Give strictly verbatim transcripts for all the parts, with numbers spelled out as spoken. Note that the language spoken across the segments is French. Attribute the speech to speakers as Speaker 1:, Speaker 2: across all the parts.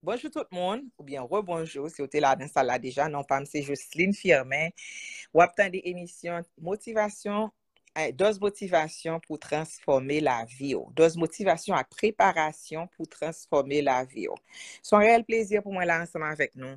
Speaker 1: Bonjour tout le monde, ou bien rebonjour si vous êtes là dans ça là déjà. Non, pas c'est Jocelyne Firmin. Ou attendre des émissions motivation, eh, dose motivation pour transformer la vie. oh. Dose motivation à préparation pour transformer la vie. oh. C'est un réel plaisir pour moi là ensemble avec nous.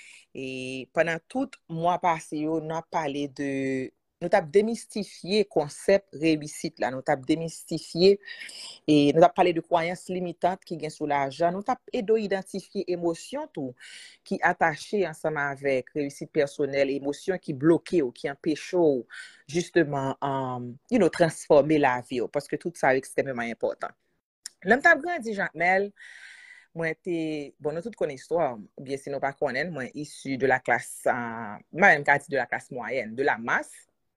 Speaker 1: Et pendant tout mois passé, yo, nous avons parlé de nous avons démystifié le concept réussite là, nous avons démystifié et nous avons parlé de croyances limitantes qui gagnent sur l'argent, nous avons aidé à identifier émotions tout qui attachées ensemble avec réussite personnelle, émotions qui bloquent ou qui empêchent ou, justement um, you know, transformer la vie ou, parce que tout ça est extrêmement important. L'homme t'a grandi Jean-Mel, moi était bon nous toutes connaissons histoire, bien si nous pas connaissons, moi issu de la classe euh, même de la classe moyenne, de la masse.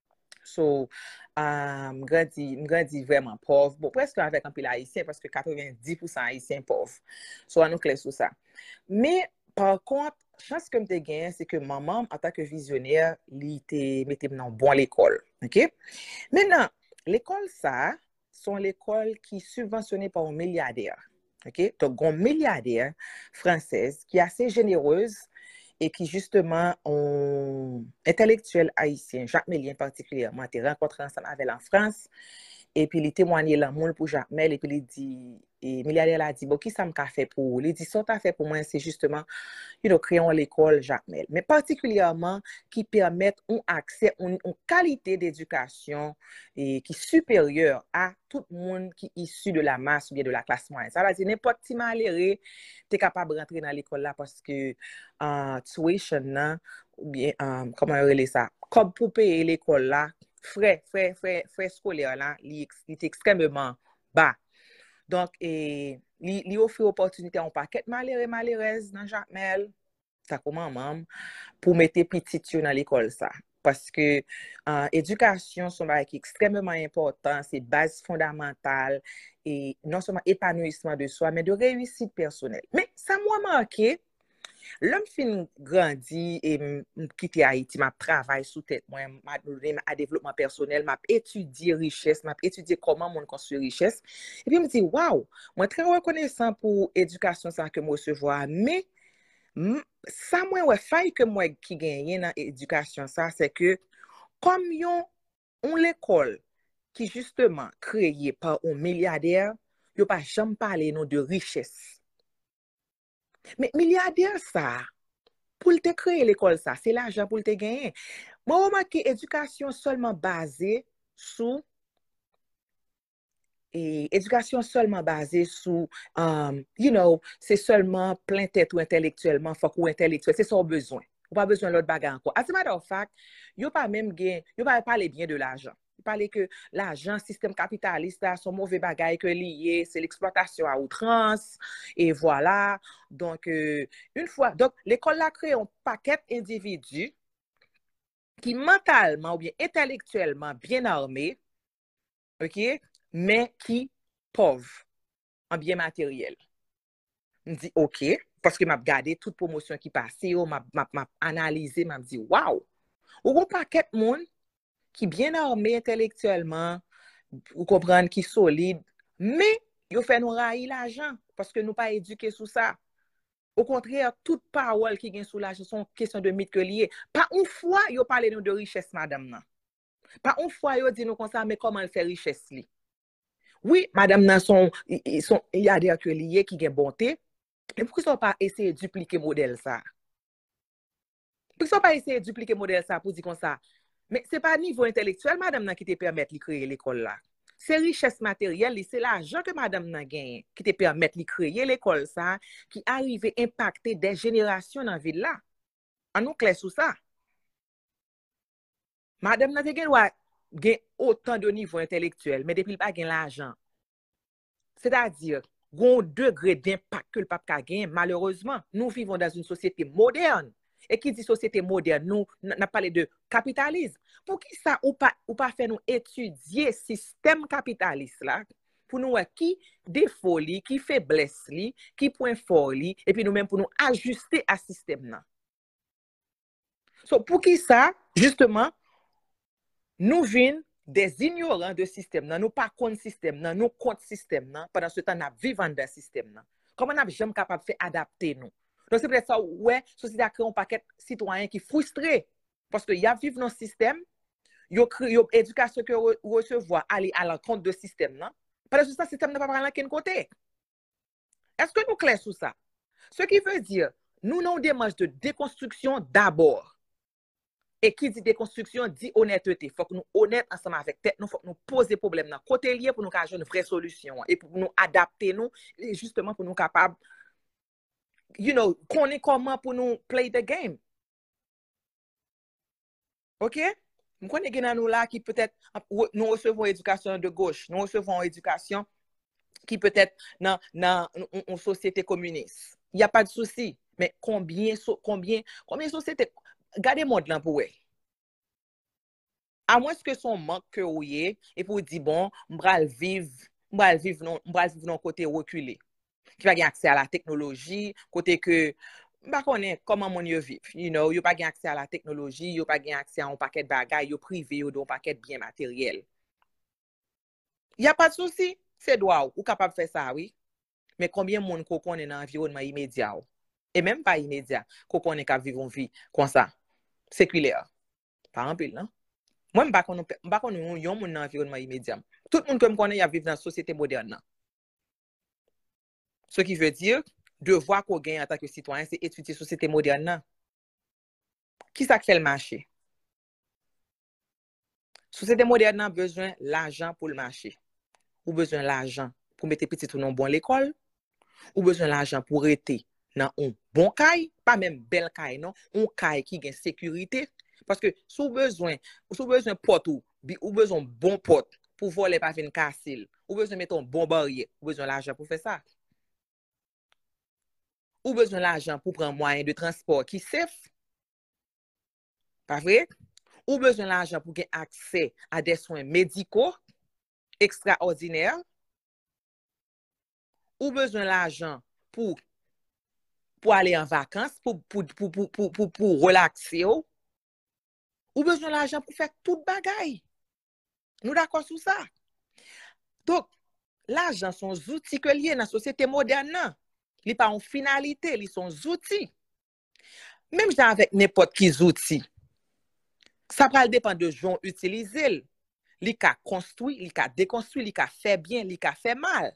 Speaker 1: So, um, grandi, grandi vraiment pauvre. Bon, presque avec un peu haïtien, parce que quatre-vingt-dix pour cent haïtiens pauvres. So, on nous clair sur ça. Mais, par contre, chance que je gagné, c'est que maman, en tant que visionnaire, elle mettait dans bon l'école. OK? Maintenant, l'école, ça, sont l'école qui est subventionnée par un milliardaire. OK? Donc, un milliardaire française qui est assez généreuse et qui justement ont intellectuel haïtien, Jacques Mélien particulièrement, été rencontré ensemble avec en France, et puis il témoignait l'amour pour Jacques Mel, et puis il dit, et milliardaire a dit, bon, qui ça m'a fait pour vous? Il dit, ça t'a fait pour moi, c'est justement, you know, créons l'école Jacques Mel, mais particulièrement qui permettent un accès, une, une qualité d'éducation et qui est supérieure à tout le monde qui est issu de la masse ou bien de la classe moyenne. Ça veut dire, n'importe qui malheureux, tu es capable de rentrer dans l'école là parce que uh, tuition, là, ou bien, um, comment on appelle ça, comme pour payer l'école là, frais, frais, frais, frais scolaires là, il est extrêmement bas. Donc, il offre opportunité à un paquet malheureux malheureuses dans Jacques Mel, ça comment maman, pour mettre petit dans l'école ça. Parce que euh, éducation, c'est extrêmement important, c'est base fondamentale et non seulement épanouissement de soi, mais de réussite personnelle. Mais ça m'a marqué, l'homme fin grandi et quitté Haïti, m'a travaillé sous tête, moi, m'a donné à développement personnel, m'a étudié richesse, m'a étudié comment mon construire richesse. Et puis, je me dis, waouh, moi, très reconnaissant pour l'éducation ça que moi recevoir, mais ça, moi, ouais, faille que moi qui gagne dans l'éducation, ça, c'est que comme yon, on l'école qui justement créée par un milliardaire, yon pas jamais parlé non de richesse. Mais milliardaire, ça, pour te créer l'école, ça, c'est l'argent pour te gagner. Moi, remarque éducation seulement basée sur et éducation seulement basée sur, um, you know, c'est seulement plein tête ou intellectuellement, faut ou intellectuel, c'est son besoin. Ou pas besoin d'autre bagarre encore. As a matter of fact, yo pas même gain, yo pas parler bien de l'argent. Il parlait que l'argent, système capitaliste, son mauvais bagage que lié, c'est l'exploitation à outrance, et voilà. Donc, euh, une fois, donc, l'école a créé un paquet d'individus qui mentalement ou bien intellectuellement bien armés, ok, mais qui pauvres en bien matériel. Je dis OK, parce que m'a regardé toute promotion qui passait, m'a m'a analysé, m'a dit waouh, ou un paquet de monde qui bien armé intellectuellement, ou comprendre qui solide, mais yo fait nous railler l'argent parce que nous pas éduqués sur ça. Au contraire, toute parole qui gagne sur l'argent sont question de mythe que lié. Pas une fois yo parlé nous de richesse madame nan. Pas une fois yo dit nous comme ça mais comment elle fait richesse li. Oui, madame nan son il y a des ateliers qui gagne bonté. Mais pourquoi ça pas essayer de dupliquer le modèle ça? Pourquoi ça pas essayer de dupliquer le modèle ça pour dire comme ça? Mais ce n'est pas niveau intellectuel, madame, nan, qui te permet de créer l'école là. C'est richesse matérielle, c'est l'argent que madame nan gagne qui te permet de créer l'école ça, qui arrive à impacter des générations dans la ville là. En nous clair sur ça. Madame nan te gagne autant de niveau intellectuel, mais depuis il pas gagne l'argent. C'est-à-dire, un degré d'impact que le pape a gagné, malheureusement, nous vivons dans une société moderne. Et qui dit société moderne, nous n'a parlé de capitalisme. Pour qui ça ou pas ou pas faire nous étudier le système capitaliste là pour nous qui défaut li, qui faiblesse li, qui point fort li et puis nous même pour nous ajuster à ce système là. So pour qui ça justement nous vînes des ignorants de système nan, nous pas contre système nan, nous contre système nan, pendant ce temps nous vivons dans système nan. Comment nous sommes jamais capable de faire adapter nous? Donc, c'est peut-être ça, ouais, société a créé un paquet de citoyens qui frustrés parce qu'il y a vivre dans le système, il y a éducation que recevoir, aller à l'encontre de système, non? Parce que ça, le système n'a pas parlé à quel côté. Est-ce que nous clairs sur ça? Ce qui veut dire, nous avons des démarche de déconstruction d'abord. Et qui dit déconstruction, dit honnêteté. Il faut que nous honnêtes ensemble avec tête, nous faut que nous poser problème dans côté lié pour nous avoir une vraie solution et pour nous adapter nous et justement pour nous capables you know, connaître comment pour nous play the game. OK? Nous connaissons nous là qui peut-être nous recevons éducation de gauche, nous recevons éducation qui peut-être dans dans une société communiste. Il n'y a pas de souci, mais combien combien combien de sociétés regardez monde là pour eux. À moins que son manque que vous et pour dire bon, m'bral vivre, m'bral vivre non, m'bral vivre non côté reculé. Qui pas gain accès à la technologie, côté que pas connaît comment mon yo vivre. You know, yo pas gain accès à la technologie, yo pas gain accès à un paquet de bagages, yo privé yo don paquet de biens matériels. Il y a pas de souci, c'est droit ou capable faire ça oui. Mais combien de monde qu'on connaît dans l'environnement immédiat et même pas immédiat, qu'on connaît qu'à vivre une vie comme ça, séculaire. Par exemple, non? Moi, je ne sais pas si nous avons un environnement immédiat. Tout le monde que je connais, il vit dans la société moderne. Ce qui veut dire, devoir qu'on gagne en tant que citoyen, c'est étudier la société moderne. Qui ça fait le marché? La société moderne a besoin de l'argent pour le marché. Ou besoin de l'argent pour mettre petit tout dans bon l'école. Ou besoin de l'argent pour rester dans un bon caille, pas même bel caille, non, un caille qui gagne sécurité. Parce que si vous besoin, si besoin porte ou, ou besoin bon porte pour voler pas venir casser, ou besoin mettre un bon barrière, ou besoin l'argent pour faire ça. Ou besoin l'argent pour prendre moyen de transport qui safe. Pas vrai? Ou besoin l'argent pour gagner accès à des soins médicaux extraordinaires. Ou besoin l'argent pour pour aller en vacances, pour pour pour pour pour, pour, pour relaxer. Ou besoin l'argent pour faire tout bagaille. Nous d'accord sur ça. Donc, l'argent sont outils que liés dans la société moderne. Il n'est pas en finalité, ils sont outils. Même avec n'importe qui outils, ça va dépendre de gens utiliser. Il a construit, il a déconstruit, il a fait bien, il a fait mal.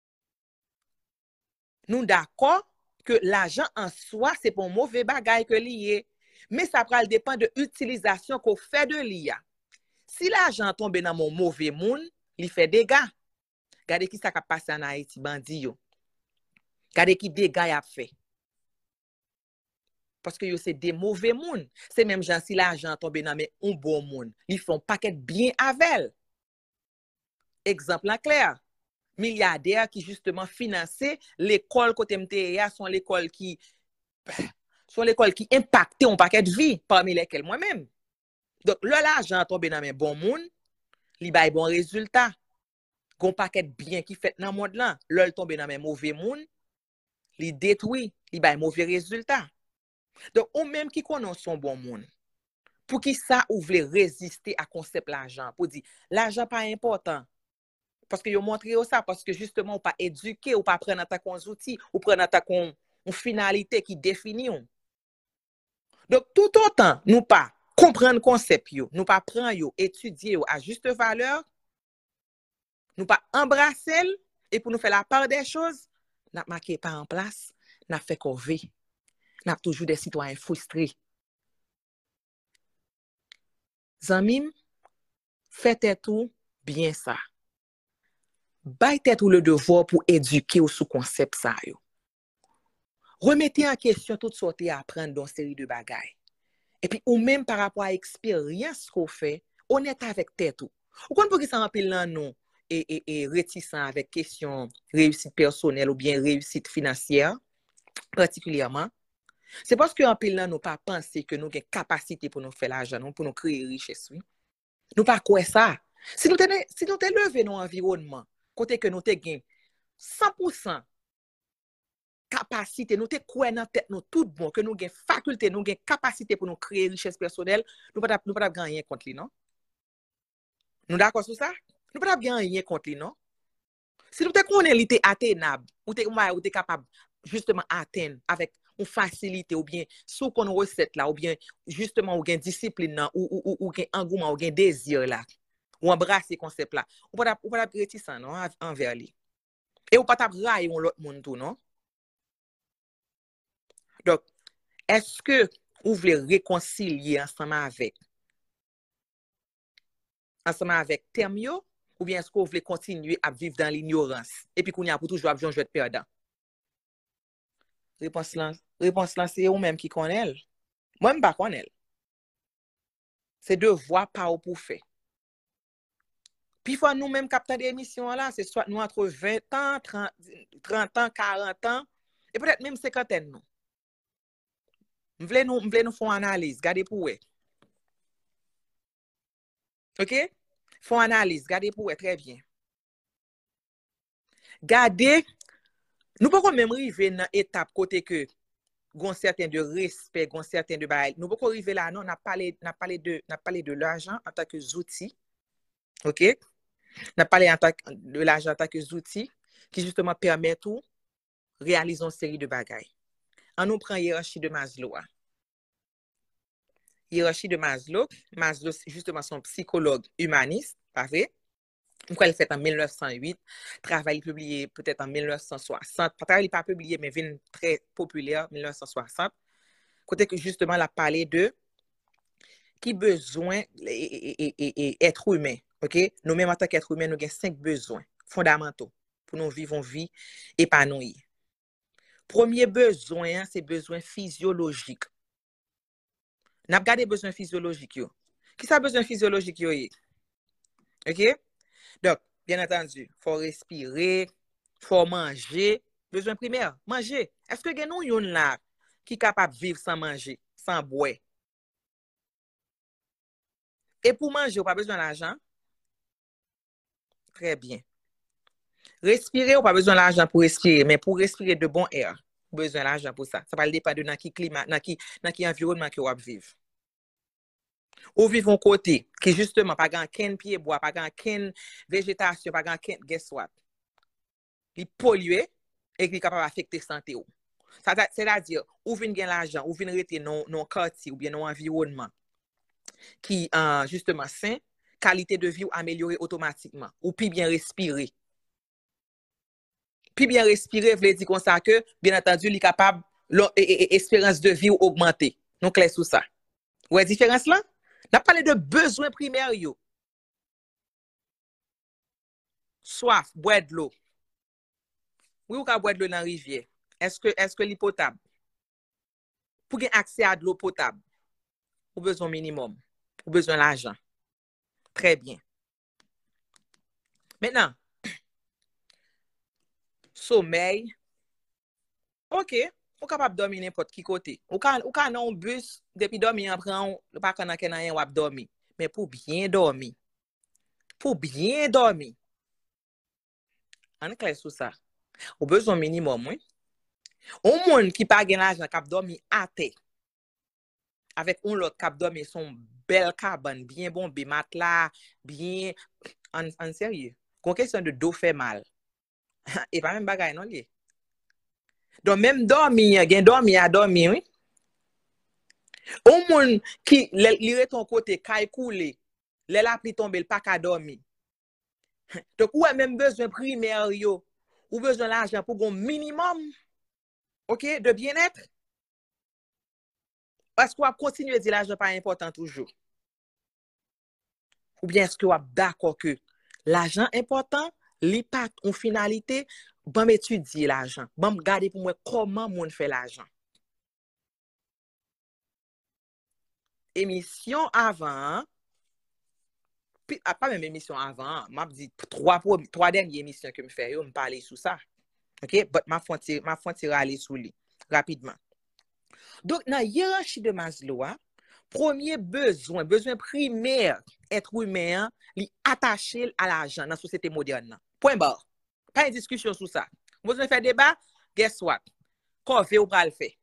Speaker 1: Nous d'accord que l'argent en soi, c'est pour un mauvais bagaille que lié. Mais ça va dépendre de l'utilisation qu'on fait de l'I A. Si l'argent tombe dans mon mauvais monde, il fait des dégâts. Regardez qui ça a passé en Haïti, bandi yo. Regardez qui dégâts y a fait. Parce que yo c'est des mauvais monde. C'est même gens si l'argent tombe dans un bon monde, ils font paquet bien avec. Exemple en clair. Milliardaires qui justement finançaient l'école côté M T A, sont l'école qui sont l'école qui impactait un paquet de vie parmi lesquels moi-même. Donc, là, l'argent tombe dans mes bons monde, li bay bon résultat. Gon paquet bien qui fait dans le monde là, là, tombe dans mes mauvais monde, li détruit, li bay mauvais résultat. Donc, ou même qui connaît son bon monde, pour qui ça ou voulez résister à concept l'argent, pour dire, l'argent pas important. Parce que yo montré ça, parce que justement, ou pas éduqué, ou pas prendre ta kon outils, ou prendre ta kon une finalité qui définit. Donc, tout autant, nous pas comprendre concept yo, nous pas prendre yo, étudier yo à juste valeur, nous pas embrasser et pour nous faire la part des choses, n'a marqué pas en place, n'a fait corvée. N'a toujours des citoyens frustrés. Zanmim, faites tout bien ça. Baille tout le devoir pour éduquer ou sous concept ça yo. Remettez en question toute sorte à apprendre dans une série de bagailles. Et puis, ou même par rapport à l'expérience qu'on fait, honnête avec tête ou. Ou quand pour que ça rappelle là non et, et, et réticent avec question réussite personnelle ou bien réussite financière, particulièrement, c'est parce que en pile là nous pas penser que nous avons capacité pour nous faire l'argent, pour nous créer richesse. Oui. Nous pas quoi ça. Si nous t'es si nous t'es levé dans environnement, côté que nous t'es gain cent pour cent capacité, nous t'es quoi dans tête nous tout bon que nous avons faculté, nous avons capacité pour nous créer richesse personnelle, nous pas nous pas gagner contre lui non. Nous d'accord sur ça? Nous pas gagner contre lui non. Si nous t'es connaît il était atteignable, ou t'es ou t'es capable justement atteindre avec ou facilité, ou bien sous qu'on recette là, ou bien justement ou gen discipline là, ou ou ou ou gen engouement, ou gen désir là, ou embrasser concept là. Ou pas ou pas réticent non envers lui. Et ou pas tap railler on l'autre monde tout non. Donc, est-ce que vous voulez réconcilier ensemble avec ensemble avec terme yo, ou bien est-ce que vous voulez continuer à vivre dans l'ignorance et puis qu'on y a pour toujours jouer de perdant? Réponse là, réponse là c'est vous-même qui connaît. Moi même pas connaît. C'est deux voix pas ou pour faire. Puis fois nous-mêmes capteurs d'émission là, c'est soit nous entre vingt ans, trente, trente ans, quarante ans et peut-être même cinquantaine nous. M'vle nous m'vle nous faire analyse, gardez pour ouais. OK? Font analyse, gardez pour ouais très bien. Gardez, nous pouvons même arriver dans étape côté que gon certain de respect, gon certain de bail. Nous pouvons arriver là non, on a parlé on a parlé de on a parlé de l'argent en tant que outil. OK? On a parlé en tant que, de l'argent en tant que outil qui justement permet tout réaliser une série de bagailles. On nous prend hiérarchie de Maslow. Hiérarchie de Maslow, Maslow justement son psychologue humaniste, pas vrai? Pourquoi il fait en mille neuf cent huit, travail publié peut-être en mille neuf cent soixante, travail pas publié mais vient très populaire mille neuf cent soixante. Côté que justement il a parlé de qui besoin et, et, et, et être humain, OK? Nous même en tant qu'être humain, nous avons cinq besoins fondamentaux pour nous vivre une vie épanouie. Premier besoin, c'est besoin physiologique. N'a pas gardé besoin physiologique yo. Qui ça besoin physiologique yo? OK? Donc, bien entendu, faut respirer, faut manger, besoin primaire, manger. Est-ce que gen nou yon là qui capable de vivre sans manger, sans boire? Et pour manger, on pas besoin d'argent? Très bien. Respirer, on pas besoin d'argent pour respirer, mais pour respirer de bon air, on besoin d'argent pour ça. Ça va dépendre de dans qui climat, dans qui dans qui environnement que vous vivre. Ou vivre un côté qui justement pas grand ken pied bois, pas grand ken végétation, pas grand ken guess what? Il pollue et qui est capable d'affecter santé ou. C'est-à-dire, ou vient gagner l'argent, ou vient rester non non quartier ou bien non environnement qui euh, justement sain, qualité de vie ou améliorer automatiquement ou puis bien respirer. Puis bien respirer veut dire comme ça que bien entendu, il est capable l'espérance de vie ou augmenter. Donc clair sur ça. Ouais, différence là? On a parlé de besoins primaires yo. Soif, boire de l'eau. Oui, ou ka boire de l'eau dans la rivière. Est-ce que est-ce que l'eau potable? Pour avoir accès à de l'eau potable, ou besoin minimum, ou besoin l'argent. Très bien. Maintenant, sommeil. OK, ou capable de dormir n'importe qui côté. Ou ka ou ka nan bus depuis dormir en prend pas quand nan ken ou dormir. Mais pour bien dormir. Pour bien dormir. On est clair sur ça. Ou besoin minimum, oui. Au monde qui pas gen l'argent cap dormir à terre. Avec un l'autre cap dormir son belle cabane, bien bon, bien matelas, bien en, en sérieux. Kon question de dos fait mal. Et pas même bagay non lié. Donc même dormir, gen dormir à dormir, oui. Au monde qui li ton côté kay koule, lè la pli tombe, l pas ka dormir. Donc ou a même besoin primaire yo, ou besoin l'argent pour un minimum, OK, de bien-être. Est-ce qu'on va continuer à dire l'argent pas important toujours? Ou bien est-ce que vous êtes d'accord que l'argent important, li pas en finalité, bon étudier l'argent, bon regarder pour moi comment moun fait l'argent. Émission avant, puis pas même émission avant, m'a dit trois trois dernières émissions que me fait yo me parler sur ça. OK, but m'a font m'a font aller sur lui rapidement. Donc dans hiérarchie de Maslow, premier besoin, besoin primaire, être humain, li attaché à l'argent dans la société moderne. Point barre. Pas une discussion sur ça. Vous voulez faire débat? Guess what? Qu'on fait ou pas le faire?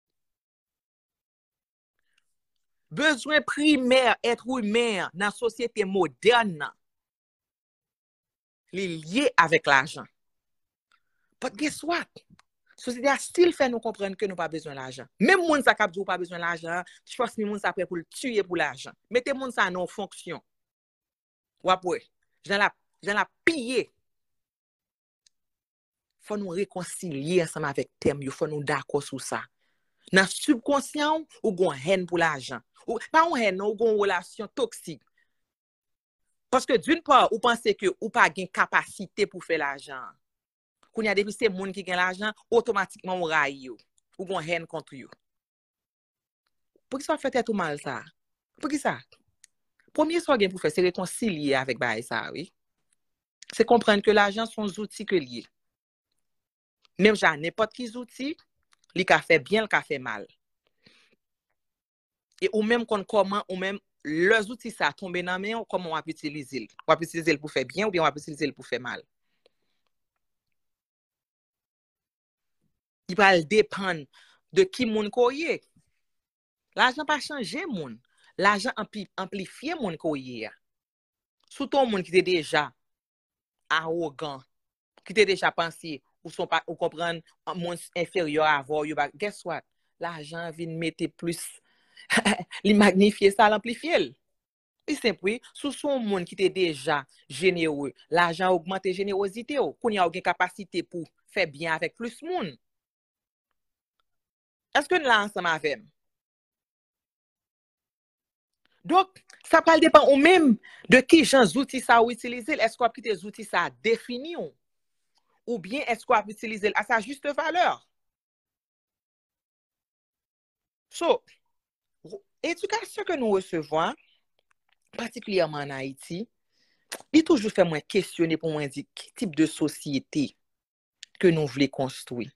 Speaker 1: Besoin primaire, être humain dans la société moderne, li lié avec l'argent. But guess what? Société a still fait nous comprendre que nous pas besoin d'argent. Même moun sa kap di ou pas besoin d'argent, je pense que moun sa prêt pour le tuer pour l'argent. Mettez moun sa non fonction. Ou après, j'en la j'en la piller. Faut nous réconcilier ensemble avec thème, il faut nous d'accord sur ça. Dans subconscient ou gon haine pour l'argent. Ou pas une haine, ou gon relation toxique. Parce que d'une part, ou pensez que ou pas gain capacité pour faire l'argent. Quand y a depuis ces moun qui gagne l'argent, automatiquement on raille yo. Ou gon haine contre yo. Pour qui ça fait tout mal ça? Pour qui ça? Premier soin pour faire c'est réconcilier avec bail ça, oui. C'est comprendre que l'argent sont outils que lié. Même j'ai n'importe qui outils, li ka fait bien, le ka fait mal. Et ou même qu'on comment ou même leurs outils ça tombe dans main, comment on va utiliser. On va utiliser pour faire bien ou bien on va utiliser pour faire mal. Il va dépendre de qui moun koye. L'argent pas changer moun. L'argent ampli, amplifier moun koye. Surtout moun qui était déjà arrogant, qui était déjà pensé ou sont pas ou comprendre moun inférieur à voir, guess what? L'argent vient mettre plus li magnifier ça, l'amplifier. Et simple, oui, sous son monde qui était déjà généreux, l'argent augmente générosité, qu'on y a une capacité pour faire bien avec plus de monde. Est-ce que nous là ensemble avec? Donc, ça parle dépend ou même de qui gens outils ça ou utiliser. Est-ce qu'on a pris des outils ça défini ou bien est-ce qu'on a utilisé à sa juste valeur? So, éducation que nous recevons, particulièrement en Haïti, il toujours fait moins questionner pour moi dire quel type de société que nous voulons construire.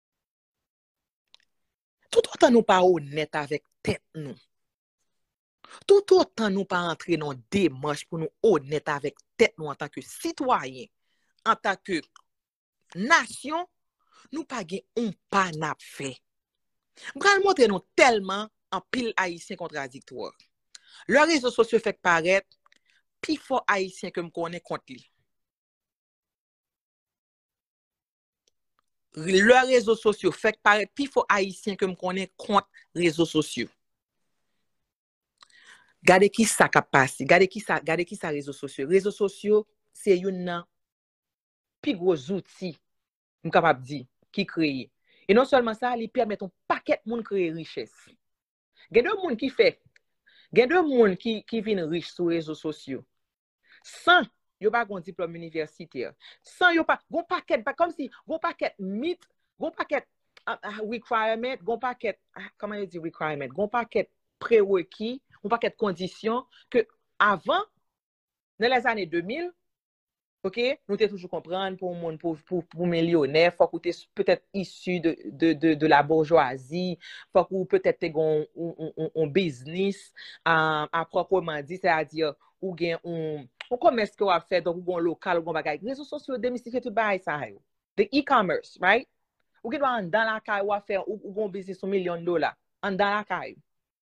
Speaker 1: Tout autant nous pas honnête avec tête nous. Tout autant nous pas entrer dans démarche pour nous honnête avec tête nous en tant que citoyen, en tant que nation, nous pas gen un pas n'a fait. M'pral montrer nous tellement en pile haïtien contradictoire. Le réseau social fait paraître plus fort haïtien que me connaît contre lui. Le réseau social fait paraître plus fort haïtien que me connaît contre réseaux sociaux. Gardez qui ça qui passe, gardez qui ça, gardez qui ça réseaux sociaux. Réseaux sociaux, c'est une plus gros outil, je suis capable de dire, qui crée. Et non seulement ça, il permet un paquet de monde créer richesse. Il y a deux monde qui fait, il y a deux monde qui qui viennent riches sur les réseaux sociaux. Sans yo pas un diplôme universitaire, sans yo pas gon paquet comme si gon paquet mythe, gon paquet uh, uh, requirement, gon paquet uh, comment on dit requirement, gon paquet prérequis, gon paquet de conditions que avant dans les années deux mille, OK, nous t'es toujours comprendre pour monde pour pour pour millionnaire, faut que tu peut-être issu de, de de de la bourgeoisie, faut que peut-être tu un un business à, à proprement dit, c'est-à-dire ou gen un on commerce que on a fait donc ou un local ou un bagage. Réseaux sociaux démystifier tout bail ça yo. The e-commerce, right? Ou gen dans la caille ou faire ou, ou un business un million de dollars en dans la caille.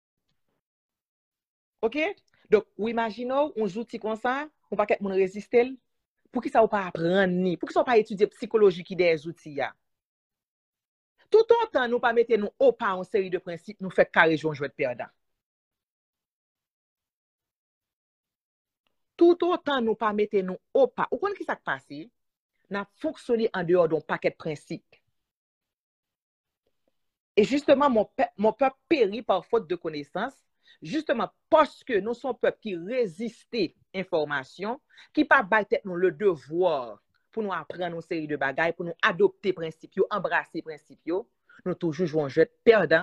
Speaker 1: OK? Donc, ou imaginons un outil comme ça, on pas qu'être moun résister. Pour qui ça ou pas apprendre ni? Pour qui ça ou pas étudier psychologie qui des outils ya? Tout autant nous pas mettre nous au pas en série de principes, nous fait carré jouer jouer perdant. Tout autant nous pas mettre nous au pas. Ou connait qui ça passe? N'a fonctionné en dehors d'un paquet de principes. Et justement, mon, pe mon peuple périt par faute de connaissance, justement parce que nous sommes peuple qui résistait information, qui pas battre nous le devoir pour nous apprendre une série de bagages, pour nous adopter principes, embrasser principes, nous toujours jouons un jeu perdant.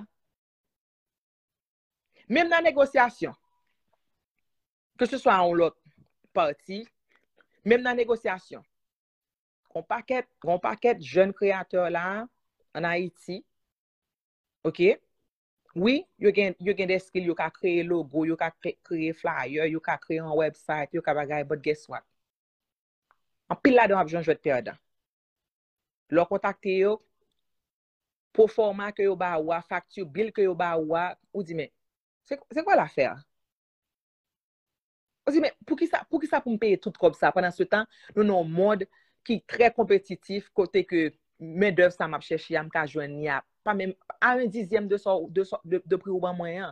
Speaker 1: Même dans la négociation, que ce soit en l'autre partie, même dans la négociation, on paquet, on paquet jeunes créateurs là en Haïti, OK? Oui, you gen you gen des skills, you can créer logo, you can créer flyer, you can créer un website, you can bagay, but guess what? En pile là dans besoin jouer perdant. Leur contacter yo pour format que yo ba ou facture bill que yo ba ou ou dit mais c'est c'est quoi l'affaire? On dit mais pour qui ça pour qui ça pour me payer tout comme ça pendant ce temps nous dans un monde qui est très compétitif côté que main d'œuvre ça m'a cherché à me ka joindre ni a pas même à un dixième de son de son- de, de prix ou ban moyen.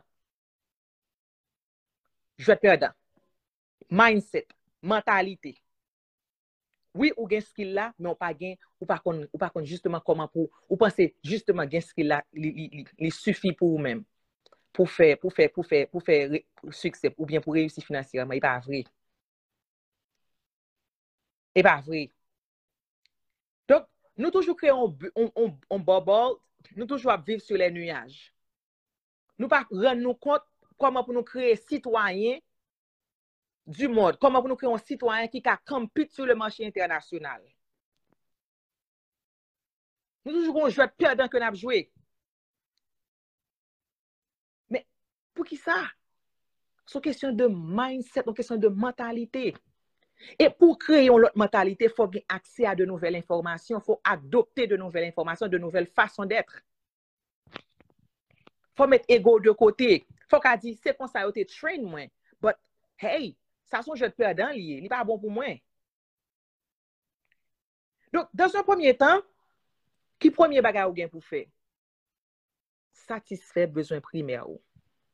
Speaker 1: Je vais perdre. Mindset, mentalité. Oui, ou gen skill là, mais on pas gen, ou pas kon, ou pas kon justement comment pour, ou penser justement gen skill là, li, li, li, li suffit pour vous même, pour faire, pour faire, pour faire, pour faire ré- succès, ou bien pour réussir financièrement. Il pas vrai. Il pas vrai. Donc, nous toujours créons un, bu- un, un, un bubble, nous toujours à vivre sur les nuages. Nous pas rendre nous compte comment pour nous créer citoyens du monde, comment pour nous créer un citoyen qui a compétit sur le marché international. Nous toujours un jeu perdant que nous avons joué. Mais pour qui ça? C'est une question de mindset, une question de mentalité. Et pour créer une autre mentalité, il faut avoir accès à de nouvelles informations, il faut adopter de nouvelles informations, de nouvelles façons d'être. Il faut mettre ego de côté. Il faut qu'on dise, c'est comme ça, tu train moi. But, hey, ça sont jeux de perdant lié. Il n'est pas bon pour moi. Donc, dans un premier temps, qui premier bagage ou gain pour faire? Satisfaire besoin primaire ou.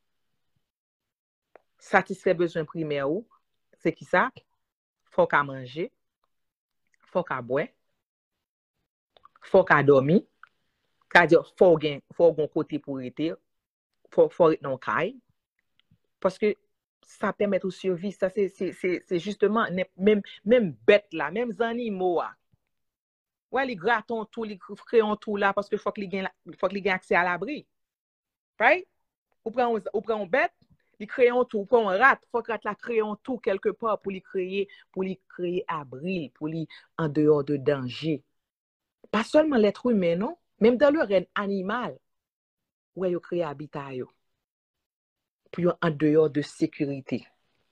Speaker 1: Satisfaire besoin primaire ou, c'est qui ça? Faut qu'à manger, faut qu'à boire, faut qu'à dormir. C'est-à-dire, faut gen, faut gon côté pour être, faut, faut être dans le caille. Parce que ça permet de survivre. Ça, c'est, c'est, c'est, c'est justement, même, même bête là, même animaux là. Ouais, les grattons tout, les créons tout là, parce que faut qu'ils gagnent, faut qu'ils gagnent accès à l'abri. Right? Ou prend, ou prend bête, ils créent tout, ou prend un rat, faut que rat là créons tout quelque part pour les créer, pour les créer abri, pour les en dehors de danger. Pas seulement l'être humain, non? Même dans le règne animal, où ils créent habitat, yo, pour en dehors de sécurité.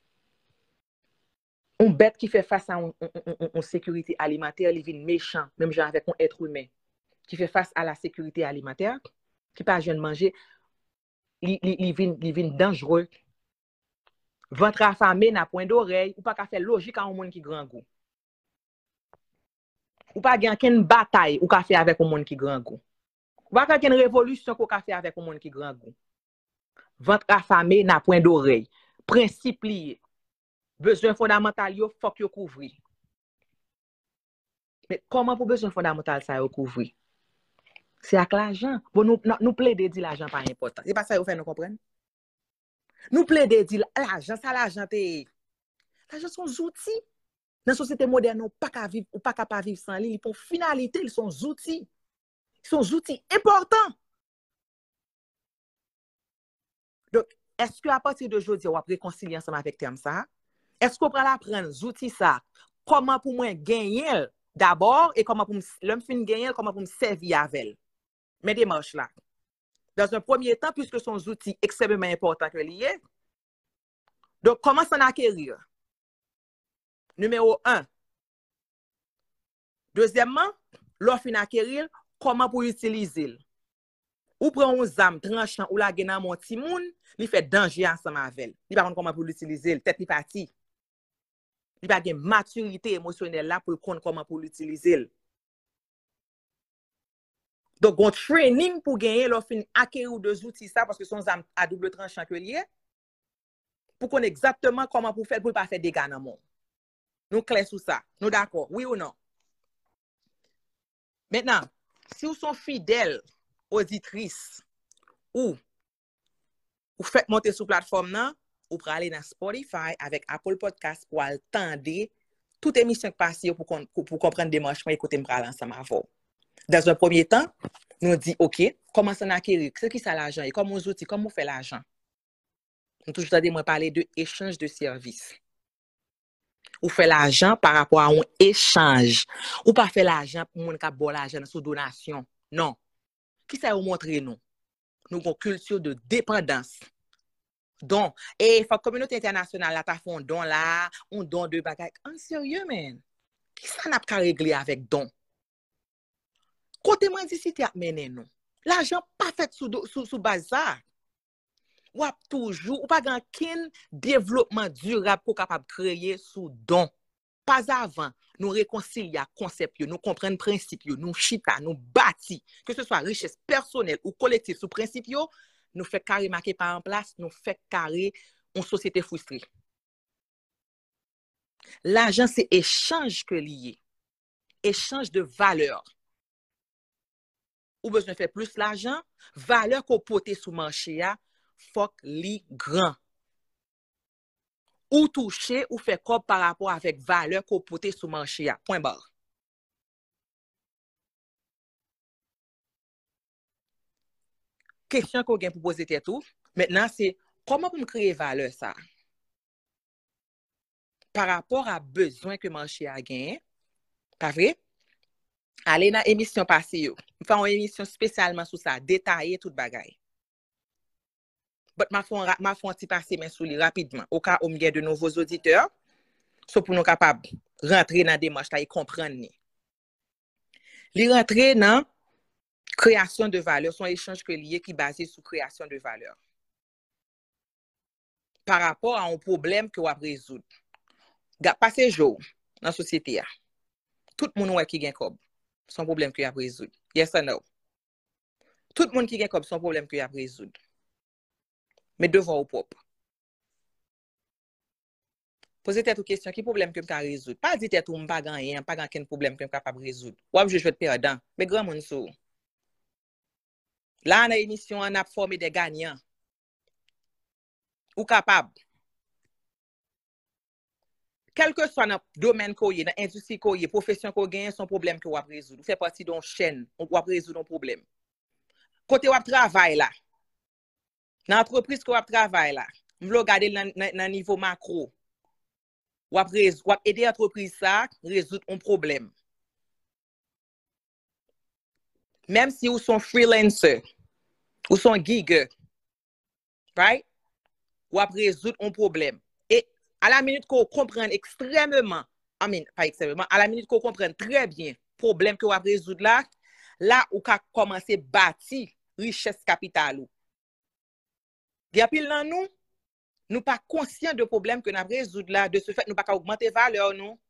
Speaker 1: Un bête qui fait face à une sécurité alimentaire, il vient méchant, même genre avec un être humain, qui fait face à la sécurité alimentaire, qui pas jeune manger, il, il, il, vient, il vient dangereux. Ventre affamé n'a point d'oreille, ou pas qu'à faire logique à un monde qui grand goût. Ou pas gagner une bataille ou qu'à faire avec un monde qui grand goût. Ou pas gagner une révolution qu'on qu'à faire avec un monde qui grand goût. Ventre affamé n'a point d'oreille. Principe lié. Besoin fondamental yo faut que yo couvrir. Mais comment pour besoin fondamental ça yo couvrir? C'est avec l'argent. Bon, nous, nous plaider dire l'argent pas important. C'est pas ça vous fait nous comprendre? Nous plaider dire l'argent, ça l'argent t'es. L'argent sont outils. Dans la société moderne, on pas qu'à vivre, ou pas capable vivre sans lui. Pour finalité, ils sont outils. Ils sont outils importants. Donc, est-ce qu'à partir d'aujourd'hui, on va réconcilier ensemble avec terme ça? Est-ce qu'on va apprendre les outils ça? Comment pour moi gagner d'abord et comment pour l'homme fin gagner, comment pour me servir avec? Mes démarches là. Dans un premier temps, puisque sont des outils extrêmement importants que liés. Donc, comment s'en acquérir? Numéro un. Deuxièmement, l'offre fin acquérir, comment pour utiliser? Ou prend un zam tranchant ou la gen nan mon ti moun, li fait danger ensemble avec. Li pa kon comment pour l'utiliser, tête li parti. Li pa gen maturité émotionnelle là pour connaître comment pour l'utiliser. Donc, on training pour gagner l'offre acquérir deux outils ça parce que son zam à double tranchant que lié. Pour connaître exactement comment pour faire pour pas faire dégâts dans monde. Nous clair sur ça. Nous d'accord, oui ou non? Maintenant, si vous sont fidèles auditrices ou ou faites monter sur plateforme nan, ou pour aller dans Spotify avec Apple Podcast pour attendre toute émission qui passe pour, pour, pour comprendre des marches, écouter me parler ensemble avant. Dans un premier temps, nous dit OK, comment ça acquérir, c'est qui ça l'argent et comment outils, comment on fait l'argent. Nous toujours entendez moi parler de échange de services. Ou fait l'argent par rapport à un échange. Ou pas faire l'argent pour moun ka bon l'argent sous donation. Non. Qui ça vous montrer nous? Nous avons une culture de dépendance. Donc, et la communauté internationale là, ta font don là, on don de bagages. En sérieux, man. Qui ça n'a pas réglé avec don? Côté moi, si tu as mené nous. L'argent pas fait sous, sous, sous bazar. Ou a toujours, ou pas aucun développement durable pour capable créer sous don. pas avant, nous réconcilier concept, nous comprendre principe, nous chita, nous bâti, que ce soit richesse personnelle ou collective sous principe, nous fait carré marqué par en place, nous fait carré une société frustrée. L'argent, c'est échange que lié. Échange de valeur. Ou besoin de faire plus l'argent, valeur qu'on pote sous marché, faut li grand. Ou toucher ou faire comme par rapport avec valeur qu'on pote sous marché, point barre. Question qu'on gagne pour poser tout. Maintenant, c'est comment pour me créer valeur ça? Par rapport à besoin que marché a gagné, pas vrai? Allez dans l'émission passée, yo. Faire une émission spécialement sur ça, détailler tout bagaille. But ma font ma font ti passer mais sous lui rapidement au cas où m'gain de nouveaux auditeurs, so pour nous capable rentrer dans démarche là et comprendre ni. Li rentrer dans création de valeur, son échange que lié qui basé sur création de valeur. Par rapport à un problème que vous résoudre. Passé jour dans la société, tout le monde qui gagne comme son problème que vous résoudre. Yes or no? Tout le monde qui gagne comme son problème que vous résoudre. Mais devant au propre. Posez-vous une question, qui problème que vous résoudre? Pas dire que vous n'avez pas gagné, pas gagné problème que vous capable résoudre. Ou je vais te perdre. Mais grand monde sou. Là, dans l'émission, on a formé des gagnants. Ou capable. Quel que soit dans le domaine qu'on y, dans l'industrie qu'on y, profession qu'on gagne, son problème que vous avez résoudre. Vous faites partie d'une chaîne, on va résoudre un problème. Côté vous travail là, dans l'entreprise que vous travaillez là, vous regardez dans le niveau macro, vous aider l'entreprise ça résoudre un problème. Même si vous sont freelancer, ou sont gig, right? Vous résoudre un problème. Et à la minute qu'on comprend extrêmement, I mean, pas extrêmement, à la minute qu'on comprend très bien le problème que vous résoudre là, là où vous commencez à bâtir richesse capitale. Il y a pile dans nous, nous pas conscients de problème que nous résoudre là, de ce fait nous pas augmenter valeur nous.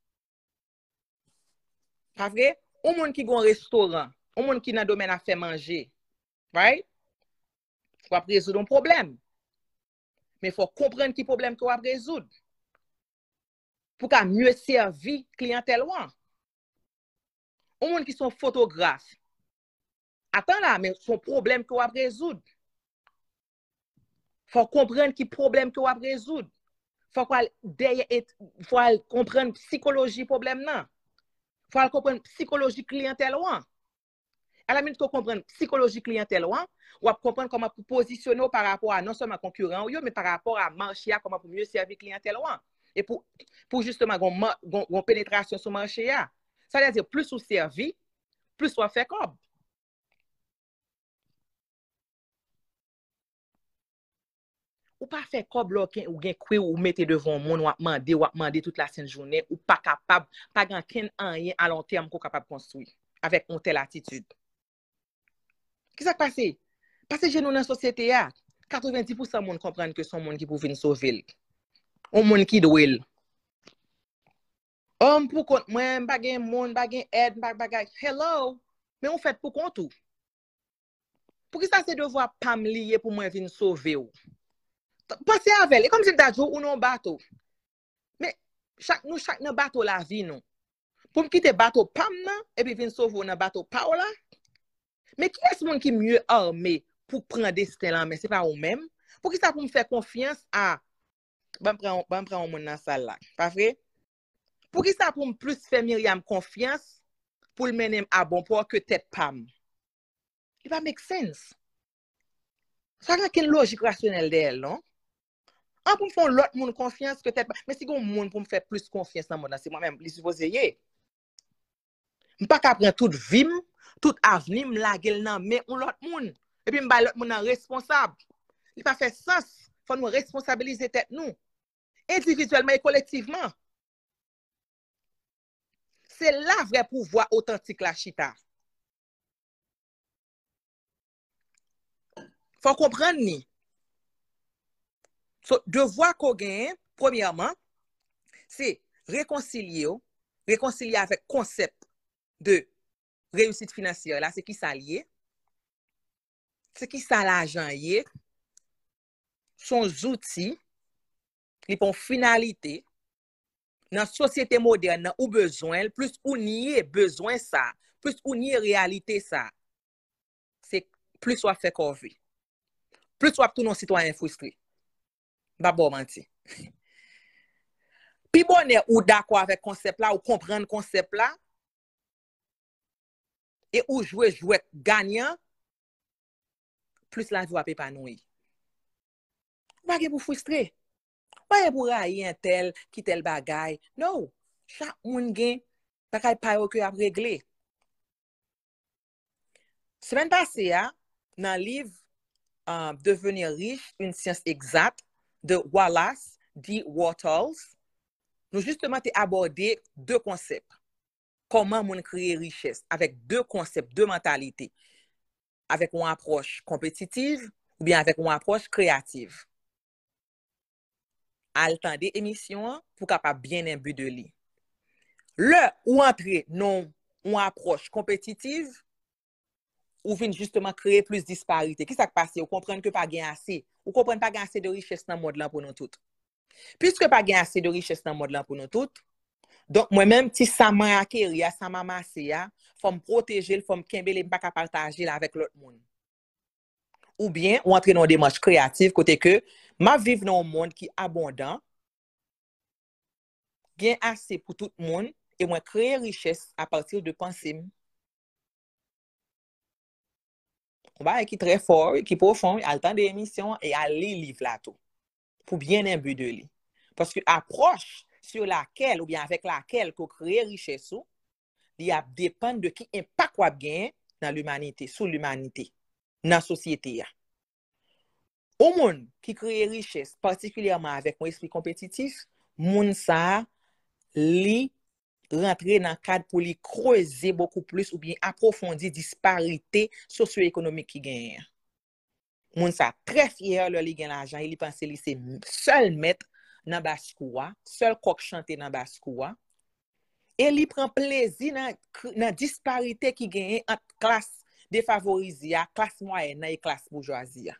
Speaker 1: Pas vrai? Au monde qui a un restaurant, au monde qui dans le domaine à faire manger, right? Faut résoudre un problème. Mais il faut comprendre qui problème que vous résoudre. Pour qu'à mieux servir clientèle. Au monde qui sont photographes. Attends là, mais son problème que vous résoudre. Faut comprendre qui problème que vous résoudre. Faut faut comprendre psychologie problème là. Faut comprendre psychologie clientèle. À la minute qu'on comprend psychologie clientèle, on va comprendre comment pour positionner par rapport à non seulement concurrent, mais par rapport à marché, comment pour mieux servir clientèle. Et pour, pour justement une pénétration sur le marché. Ça veut dire plus vous servir, plus vous fait comme. Ou pas faire comme ou gen kwe ou mettez devant monde ou demander ou demander toute la sainte journée ou pas capable, pas grand rien à long terme qu'on capable construire avec une telle attitude. Qu'est-ce qui s'est passé? Parce que nous dans la société, quatre-vingt-dix pour cent de monde comprennent que son monde qui peut venir sauver. Un monde qui doit. Homme pour compte, moi, bagay monde, bagay aide, bagay. Hello, mais on fait pour compte tout. Pour que ça c'est devoir pas me lier pour moi venir sauver ou. Pensez avec, et comme si t'as joué ou non bateau. Mais chaque nous chaque dans bateau la vie nous. Pour me quitter bateau pam nan et puis venir sauver dans bateau pa ou là. Mais qui est ce monde qui est mieux armé pour prendre destin là, mais c'est pas ou même. Pour qui ça pour me faire confiance à ben prend ben prend mon dans salle là. Pas vrai? Pour qui ça pour me plus faire Myriam confiance pour le mener à bon port que tête pam. Il va make sense. Ça n'a qu'une logique rationnelle d'elle, non? En pour me faire l'autre monde confiance que tête mais si gon monde pour me faire plus confiance dans moi c'est moi-même li supposé yé. M'pas ka prendre toute vie, toute avenir la gueule nan mais on l'autre monde et puis m'ba l'autre monde responsable. Il pas fait sens. Faut nous responsabiliser tête nous individuellement et collectivement. C'est là vrai pouvoir authentique la chita. Faut comprendre ni. So, devoir qu'on gagne, premièrement, c'est réconcilier réconcilier avec concept de réussite financière là, c'est qui ça lié? C'est qui ça l'argent lié? Son outils, li pon finalité dans société moderne ou besoin, plus ou nier besoin ça, plus ou nier réalité ça. C'est plus soit fait corvée. Plus soit tout non citoyen frustré. Ba bon menti. Pi bonne ou d'accord avec concept là ou comprendre concept là et ou jouer jouer gagnant, plus la vie va épanouir. Pas pour frustrer. Pas pour railler un tel qui tel bagay. Non, chaque moun gen bagay pa yo que a régler. Semaine passée hein, dans le livre euh, Devenir riche, une science exacte de Wallace D. Wattles, nous justement t'ai abordé deux concepts. Comment moun créer richesse avec deux concepts, deux mentalités. Avec une approche compétitive ou bien avec une approche créative. Altendez émission pour capable bien imbu de li. Le ou entrer non une approche compétitive ou vient justement créer plus disparité. Qui ça passe? Ou comprendre que pas gain assez, ou comprendre pas gain assez de richesse dans le monde là pour nous toutes. Puisque pas gain assez de richesse dans le monde là pour nous toutes, donc moi-même si ça m'a acquéri, ça m'a massé, faut me protéger, faut me kembele pas ka partager avec l'autre monde. Ou bien ou entrer dans des démarches créatives côté que m'a vivre dans un monde qui est abondant, gain assez pour tout le monde et moi créer richesse à partir de pensées. On va qui très fort, qui profond, à le temps de l'émission et à lire livre là tout pour bien imbu de lui. Parce que approche sur laquelle ou bien avec laquelle qu'on crée richesse, il a dépend de qui impact quoi gain dans l'humanité, sur l'humanité, dans la société. Au monde qui crée richesse, particulièrement avec un esprit compétitif, moun ça li rentrer dans le cadre pour lui creuser beaucoup plus ou bien approfondir disparité socio-économique qui gagne. Moun sa très fier le li gen l'argent, il pense li c'est seul maître dans baskoua, seul coq chanter dans baskoua. Et li prend plaisir dans dans disparité qui gagne entre classe défavorisée, classe moyenne et classe bourgeoisie.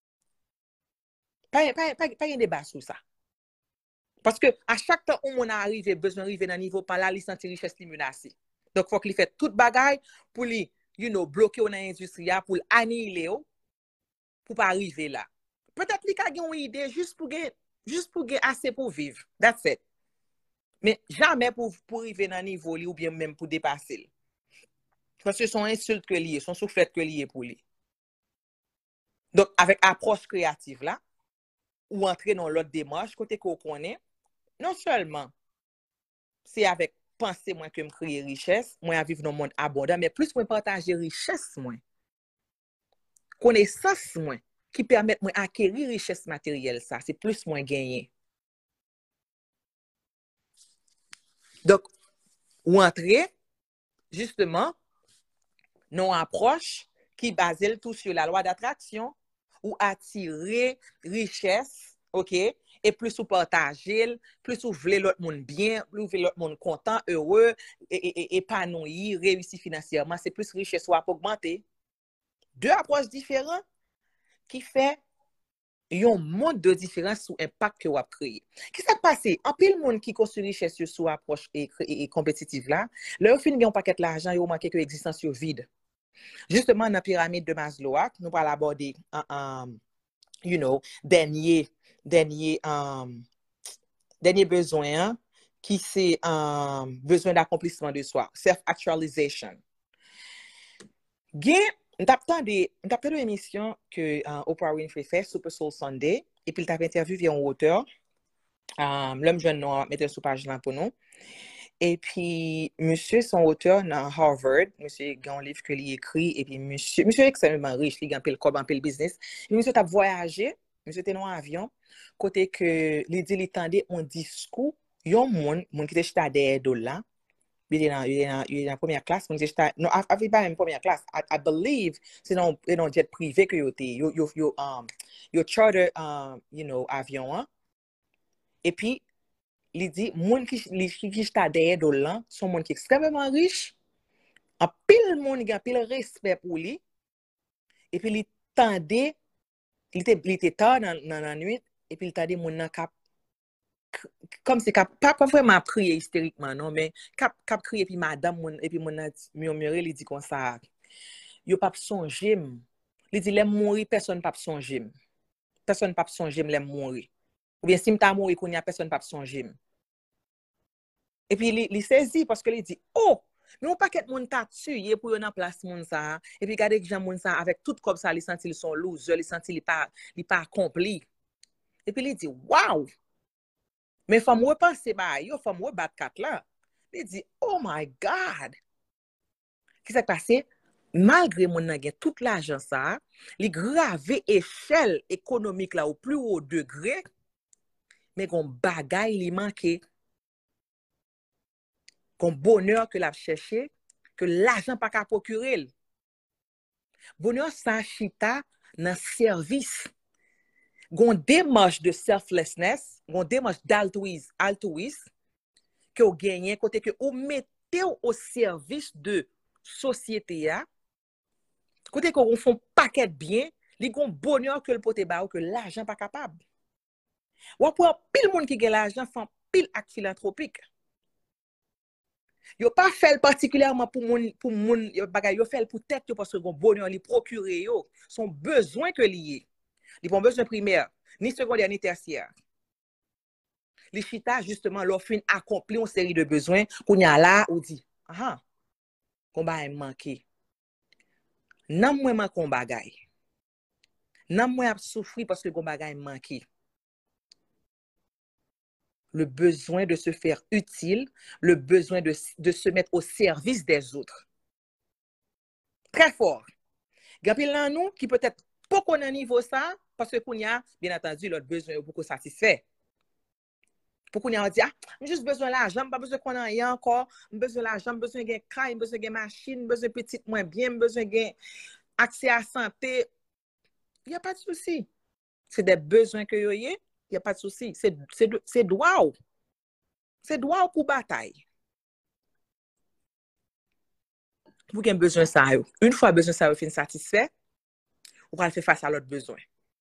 Speaker 1: Pas pas pas pas un débat sur ça. Parce que à chaque temps où on arrive, besoin d'arriver dans un niveau par là, il sent richesse li menacée. Donc faut qu'il fait toute bagaille pour lui, you know, bloquer dans l'industrie pour annihiler pour pas arriver là. Peut-être qu'il a une idée juste pour gagner juste pour gagner assez pour vivre. That's it. Mais jamais pour pour arriver dans un niveau li ou bien même pour dépasser. Parce que son insulte que lié, son soufflette que lié pour lui. Donc avec approche créative là ou entrer dans l'autre démarche côté qu'on connaît, non seulement c'est avec penser moi que me créer richesse, moi à vivre dans un monde abondant, mais plus moi partager richesse moi. Connaissance moi qui permet moi acquérir richesse matérielle ça, c'est plus moi gagner. Donc ou entrer justement non approche qui basée tout sur la loi d'attraction ou attirer richesse, OK? Et plus ou partager, plus ou vle l'autre monde bien, plus ou vle l'autre monde content, heureux, et, et, et épanoui, réussi financièrement, c'est plus richesse ou à augmenter. Deux approches différentes qui fait un monde de différence sur l'impact que vous avez créé. Qu'est-ce qui s'est passé? En pile monde qui construit richesse sur approche et, et, et compétitive là, leur fin gagne un paquet l'argent, il manque que existence vide. Justement, dans la pyramide de Maslow, nous allons aborder um, um, you know, dernier dernier um, dernier besoin qui c'est um, besoin d'accomplissement de soi, self-actualization. Gain, t'attends des t'attends une émission que uh, Oprah Winfrey fait Super Soul Sunday et puis t'as interviewé un auteur um, l'homme jeune noir mettre sur page là pour nous. Et puis, monsieur, son auteur dans Harvard, monsieur, il a un livre que il écrit, et puis monsieur, monsieur est extrêmement riche, il a un peu le corps, un peu le business. Et monsieur a voyagé, monsieur était dans un avion, côté que, il dit, il tendait un discours, il y a un monde, monde qui était jeté à des dollars, il est dans, il est dans, il est dans première classe, monde qui était jeté, non, avec pas même première classe, I, I believe, c'est dans, dans jet privé que il était, yo, yo, yo, um, yo charter, um, you know, avion, hein? Et puis, li dit, moun qui li qui qui ta derrière de lan, son moun qui extrêmement riche, en pile moun qui a pile respect pour lui, et puis li tendait, il était il était tard dans dans la nuit, et puis il tendait moun nan kap comme c'est cap pas pas vraiment crier hystériquement non mais cap cap crier puis madame moun et puis moun nan murmurer il dit comme ça yo pas songer il dit les mourir personne pas songer personne pas songer les mourir ou bien si m'ta mourir qu'on y a personne pas songer et puis il il saisi parce que il dit oh mais on paquet moun ta tué pour yon en place moun ça et puis regardez que Jean moun ça avec tout comme ça il senti ils sont loser il senti il pas il pas accompli et puis il dit waouh. Mais femme repenser ba yo femme rebat kat là. Il dit oh my god. Qui s'est passé malgré mon nan gen tout l'argent ça, li gravé échelle économique là au plus haut degré mais gon bagay li manqué. Gon bonheur que l'a cherché que l'argent pas ka procurer. Bonheur ça chita dans service. Gon démarche de selflessness, gon démarche d'altruisme, altruisme que vous gagnez côté que vous mettez au service de société a, côté que vous font paquet bien, li gon bonheur que le pote ba ou que l'argent pas capable. Ou pour pile monde qui gagne l'argent font pile acte philanthropique. Yo pas fait particulièrement pour moun pour moun yo bagay yo fait pour tête yo parce que gon bonheur li procurer yo, son besoin que lié. Ils n'ont pas besoin primaire, ni secondaire, ni tertiaire. Les chita, justement, leur fin accompli une série de besoins qu'on y a là, ou dit, ah, qu'on va manquer. Nan mwen man kon bagay. Nan mwen ap souffri parce que kon bagay manqué. Le besoin de se faire utile, le besoin de, de se mettre au service des autres. Très fort. Gapil nan nous qui peut-être pas qu'on a niveau ça, parce que qu'on y a, bien entendu, l'autre besoin est beaucoup satisfait. Pour qu'on y a dit, ah, j'ai juste besoin de l'argent, pas besoin qu'on en ait encore, j'ai besoin de l'argent, j'ai besoin de caille, j'ai besoin de machine, j'ai besoin de petite moins bien, j'ai besoin de accès à la santé. Il n'y a pas de souci. C'est des besoins que vous avez, il n'y a pas de souci. C'est droit. C'est droit pour bataille. Vous avez besoin de ça. Une fois besoin de ça, vous finissez satisfait, vous allez faire face à l'autre besoin.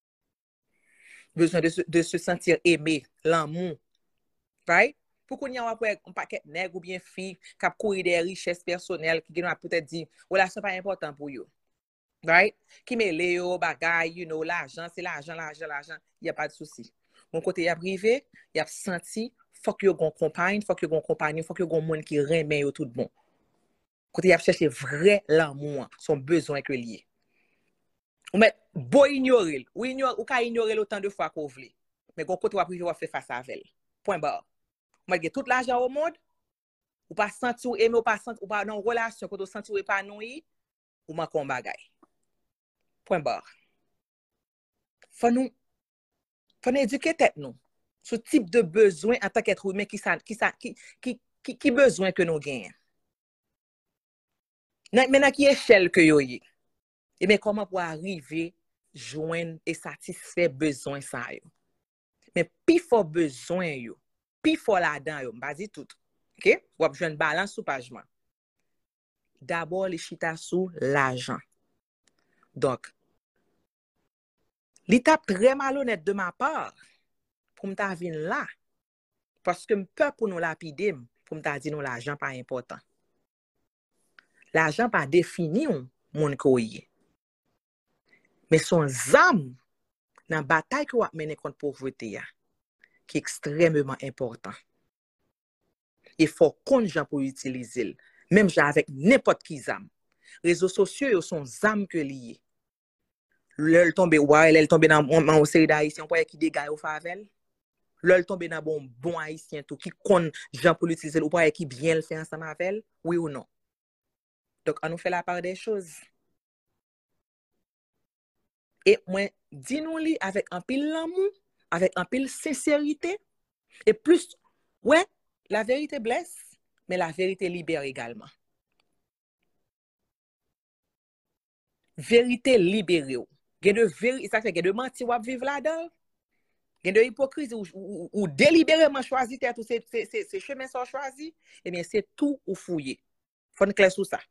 Speaker 1: Besoin de se, de se sentir aimé, l'amour. Right? Pour qu'on y ait un paquet de nègres ou bien filles qui courir des richesses personnelles, qui ont peut-être dit, relation pas important pour eux. Right? Qui met les bagailles, you know, l'argent, c'est l'argent, l'argent, l'argent. Il n'y a pas de souci. Mon côté, il y a privé, il y a senti, faut que vous compagne, faut que vous compagne, faut que vous monde qui remet tout bon. Côté, il y a cherché vrai l'amour, son besoin que lié. Ou met beau ignorer, ou ignore, ou ka ignorer autant de fois qu'on veut. Mais gon côté, vous va faire face à elle. Point barre. Ou met tout l'argent au monde, ou pas sentir aimer, ou pas sentir, ou pas dans relation, quand vous sentir épanoui, ou man kon bagay. Point barre. Faut nous, faut nous éduquer tête nous. Ce type de besoin en tant qu'être humain qui ça, qui ça, qui, qui, qui, qui besoin que nous gagnons. Maintenant, qui échelle que yo y? Et bien, comment pour arriver, joindre et satisfaire besoin ça yo? Mais plus fort besoin yo, plus fort là-dedans yo, m'pas dit tout. OK? Ou ap joindre balance ou pagement. D'abord, les chita sous l'argent. Donc, l'étape très malhonnête de ma part pour m'ta vin là parce que m'peur pour nous lapider pour m'ta dit non l'argent pas important. L'argent pas défini mon koye. Mais son zam dans bataille que vous menez contre pauvreté qui est extrêmement important. Il faut qu'on gens pour utiliser même avec n'importe qui zam. Réseaux sociaux sont zam que lié. L'elle tombe ouais, elle tombe dans mon série d'haïtiens pour qui dégage au favel. L'elle tombe dans bon bon haïtien tout qui kon gens pour l'utiliser ou pas qui bien le faire ensemble avec elle, oui ou non. Donc on nous fait la part des choses. Et moi dis-nous li avec un pile l'amour, avec un pile sincérité et plus ouais, la vérité blesse, mais la vérité libère également. Vérité libérée. Gen de vérité, ça fait que de mentir ou vivre là-dedans. Gen de hypocrisie ou, ou, ou délibérément choisi tête ou c'est c'est c'est chemin sans choisi, eh bien c'est tout ou fouillé. Faut nous clair sur ça.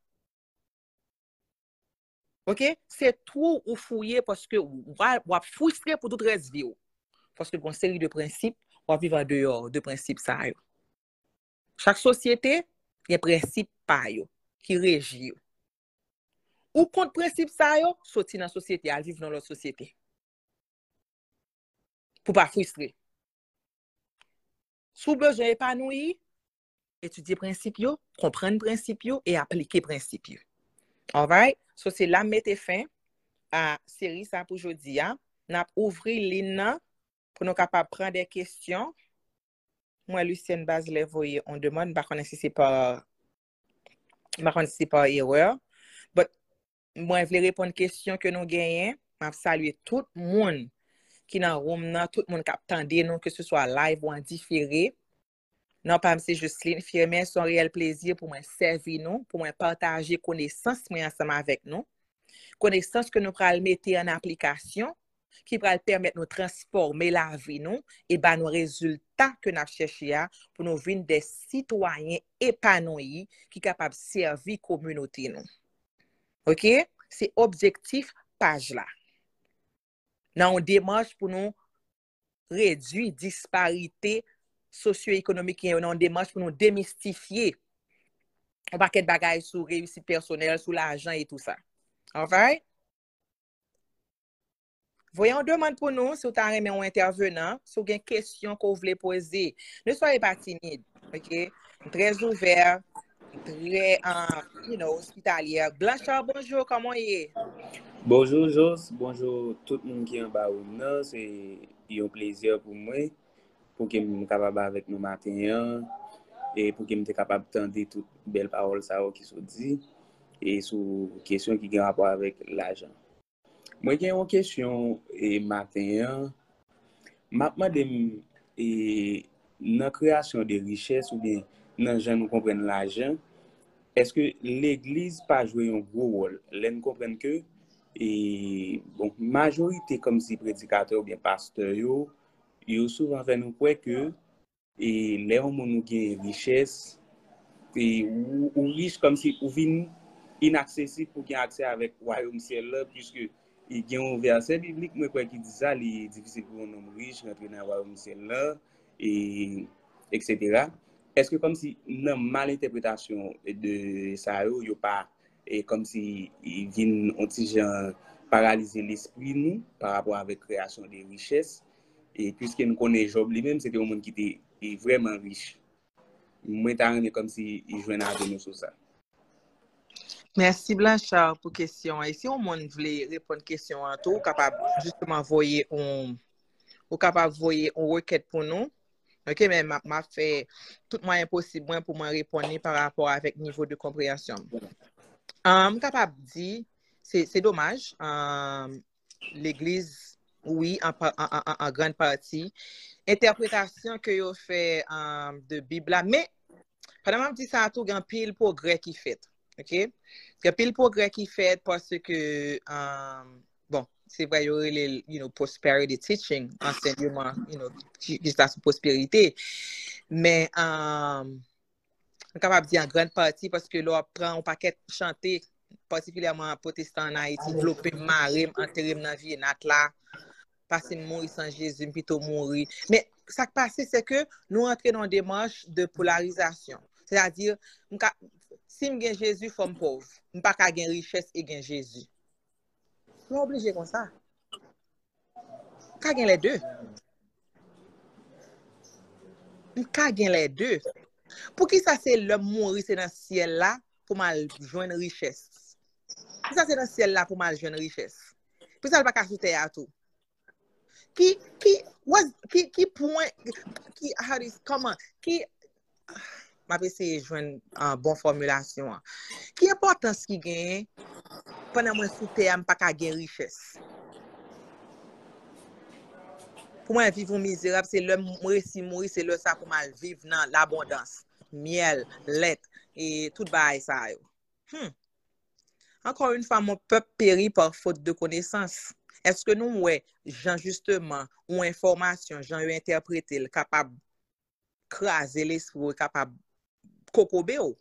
Speaker 1: OK? C'est tout ou fouillé parce que ou ou frustré pour toute reste vie. Parce que une série de principes, on vivre en dehors de principes ça yo. Chaque société, il y a principe pa yo qui régit yo. Ou contre principe ça yo, sorti dans société, à vivre dans l'autre société. Pour pas frustrer. Sous besoin épanoui, étudier principe yo, comprendre principe yo et appliquer principe yo. All right? So c'est là mettre fin à série ça pour aujourd'hui. N'a ouvrir ligne pour nous capable prendre des questions. Moi Lucienne Basile voyez on demande pas connaître si c'est pas pas connaître si c'est pas erreur. But moi je voulais répondre aux questions que nous gagnons. Je saluer tout le monde qui dans room nan, tout le monde qui attendait nous que ce soit live ou en différé. Non pas c'est Jocelyne Firmin, c'est un réel plaisir pour moi servir nous, pour moi partager connaissances moi ensemble avec nous. Connaissances que nous pral mettre en application qui pral permettre nous transformer la vie nous et ben nos résultats que nous cherchons pour nous venir des citoyens épanouis qui capables servir communauté nous. OK? C'est objectif page là. Dans une démarche pour nous réduire disparité socio-économique et une démarche pour nous démystifier un paquet de bagages sur réussite personnelle, sur l'argent et tout ça. All right? Voyons demande pour nous, si vous avez un intervenant, si vous avez une question que vous voulez poser. Ne soyez pas timide, OK? Très ouvert, très, um, you know, hospitalier. Blanchard, bonjour, comment est?
Speaker 2: Bonjour Jos, bonjour tout le monde qui est en bas ou non, c'est un plaisir pour moi, pour que je sois capable avec nous matin, et pour que je sois capable d'entendre toutes les belles paroles qui sont dites, et sur les questions qui ont rapport avec l'argent. Moi, j'ai une question et matin, maintenant, et dans la création de richesses ou bien dans les gens nous comprennent l'argent, est-ce que l'Église pas joué un gros rôle? Là, nous comprenons que et bon, majorité comme si prédicateur ou bien pasteur yo, yo souvent fait nous croire que et les hommes nous gagne richesse et ou, ou riche comme si ou vin inaccessible pour gagner accès avec royaume ciel là puisque il y a un verset biblique moi quoi qui dit ça il est difficile pour un homme riche rentrer dans royaume ciel là et etc. Est-ce que comme si dans malinterprétation de ça yo yo pas et comme si il vient un petit genre paralyser l'esprit nous par rapport avec création des richesses et puisque nous connaissons Job lui-même c'était un monde qui était vraiment riche moi t'as comme si il jouait avec nous sur ça.
Speaker 1: Merci Blanchard pour question. Et si on voulait répondre question à tout, capable justement envoyer on ou capable envoyer une requête pour nous. OK, mais m'a m'a fait tout moyen possible pour moi répondre par rapport avec niveau de compréhension. Um, capable dit c'est c'est dommage um, l'église oui en, en, en, en grande partie interprétation que yo fait um, de Bible mais pendant que je dis ça tout grand pile progrès qui fait. OK? Il y a pile progrès qui fait parce que um, bon, c'est vrai il y aurait les you know prosperity teaching enseignement, you know qui qui ça sur prospérité mais um, on est capable de dire en grande partie parce que là, on prend un paquet chanté, particulièrement protestant en Haïti, développer marée, enterrer dans la vie, nat là, passer mourir sans Jésus, plutôt mourir. Mais ça qui passe, c'est que nous entrons dans une démarche de polarisation. C'est-à-dire, si je gagne Jésus, il faut me pauvre. Je ne peux pas gagner richesse et gagner Jésus. Je suis obligé comme ça. Je peux gagner les deux. Je peux gagner les deux. Pour qui ça c'est l'homme mourir c'est dans le ciel là pour mal joindre richesse. Pour ça c'est dans le ciel là pour mal joindre richesse. Pour ça il pas qu'à sauter à tout. Qui qui was qui qui point qui how this comment qui m'a essayer joindre en bonne formulation. Qui importance qui gagne pendant moi sauter à pas qu'à gagner richesse. Pour moi vivre misérable c'est l'homme mourir si mourir c'est le ça pour mal vivre dans l'abondance. Miel, lait et tout bail ça yo. Hmm. Encore une fois mon peuple périt par faute de connaissance. Est-ce que nous, ouais, Jean, justement, ou information, Jean, eu interprété, capable craser l'esprit, capable cocober ou?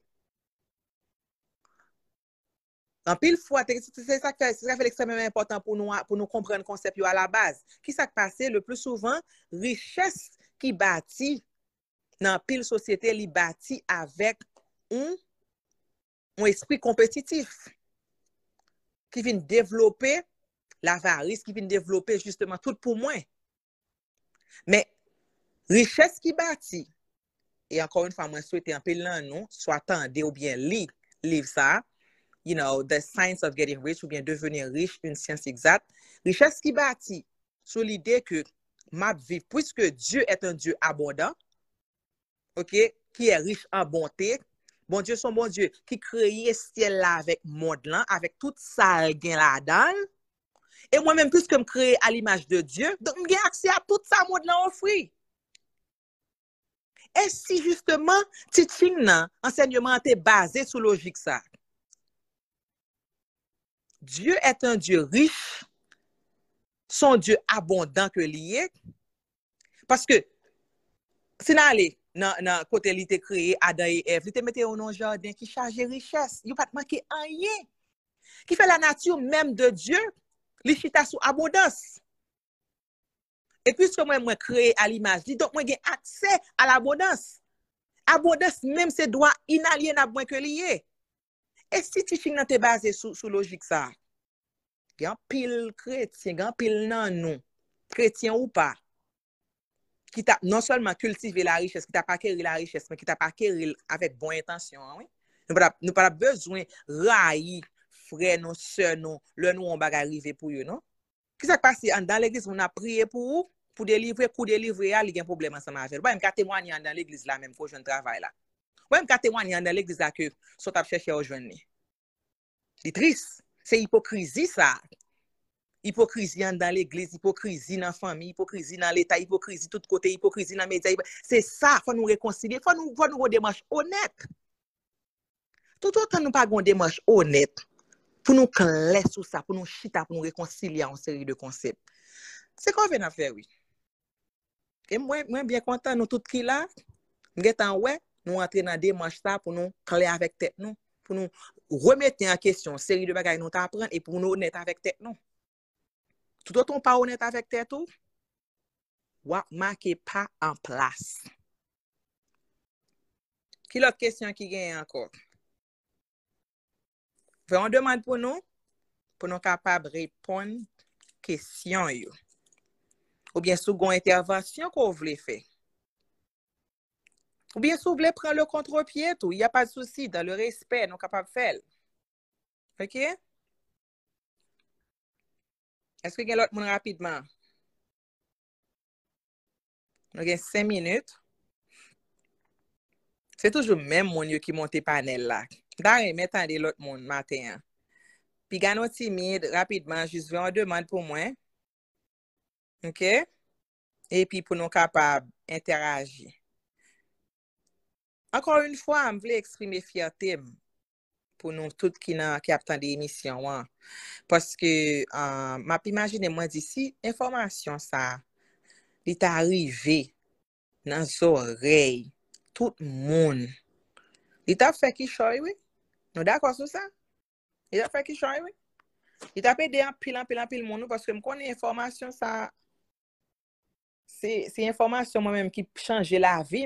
Speaker 1: En pile fois, c'est ça qui fait, fait extrêmement important pour nous, pour nous comprendre le concept à la base. Qui s'est passé le plus souvent? Richesse qui bâtit dans pile société, li bâti avec un, un esprit compétitif qui vient développer l'avarice, qui vient développer justement tout pour moi. Mais richesse qui bâtit, et encore une fois, moi souhaite un peu là, non, soit tendez ou bien li, livre ça, you know, The Science of Getting Rich, ou bien devenir riche, une science exacte. Richesse qui bâtit sur l'idée que ma vie, puisque Dieu est un Dieu abondant, ok, qui est riche en bonté, bon Dieu, son bon Dieu, qui crée ciel là avec monde là, avec tout ça gain là-dedans, et moi-même, puisque je crée à l'image de Dieu, donc j'ai accès à tout ça monde là offre. Et si justement, teaching nan, enseignement est basé sur logique ça. Dieu est un Dieu riche, son Dieu abondant que lié, parce que si nous allons dans côté il était créé Adam et Ève, il était mis dans un jardin qui charge richesse, il pas manqué rien, qui fait la nature même de Dieu, li chita sous abondance. Et puisque moi moi créé à l'image, donc moi j'ai accès à l'abondance. Abondance même c'est droit inaliénable moins que lié. Et si teaching nan te basé sur sur logique ça, gan pile chrétien, gan pile nan nous, chrétien ou pas, qui t'a non seulement cultivé la richesse, qui t'a pas acquérir la richesse, mais qui t'a pas acquérir avec bonne intention, oui. Nous pas nous pas besoin railler frère nos sœurs nous, le nous on va arriver pour eux, non? Qui ça passe dans l'église on a prié pour pour délivrer, pour délivrer, il y a un problème ensemble avec. Moi, je témoigner dans l'église là même pour je travail là. Moi, je témoigner dans l'église là que sont à chercher au joindre. C'est triste, c'est hypocrisie ça. Hypocrisie dans l'église, hypocrisie dans la famille, hypocrisie dans l'état, hypocrisie de tous côtés, hypocrisie dans les médias. C'est ça, il faut nous réconcilier, il faut nous faut nous une démarche honnête. Tout autant nous pas une démarche honnête pour nous clair sur ça, pour nous chita, pour nous réconcilier en série de concepts. C'est qu'on vient à faire, oui. Et moi, moi bien content, nous tous qui là, nous ouais, nous entrer dans démarche ça pour nous clair avec tête nous, pour nous remettre en question série de bagages nous t'apprendre et pour nous honnête avec tête nous. Tout autant pas honnête avec tête tout, ou marquez pas en place. Qui l'autre question qui gagne encore? On demande pour nous, pour nous capables de répondre question yo. Ou bien sous une intervention qu'on voulait faire. Ou bien si vous voulez prendre le contre-pied, tout, il n'y a pas de souci, dans le respect, nous sommes capables de faire. OK? Est-ce que vous avez l'autre monde rapidement? Nous avons cinq minutes. C'est toujours le même monde qui monte le panel là. D'ailleurs, mettez l'autre monde matin. Puis, gano timide, rapidement, juste on demande pour moi. OK? Et puis, pour nous capables d'interagir. Encore une fois, je voulais exprimer fierté pour nous tous qui attendent l'émission. Hein. Parce que, euh, m'a imagine moi d'ici, information ça, il est arrivé dans les oreilles, tout le monde. Il t'a fait qui choy, oui? Nous d'accord sur ça? Il t'a fait qui choy, oui? Il t'a aidé en pile, en pile, en pile, monde parce que je connais information ça, c'est information moi-même qui change la vie.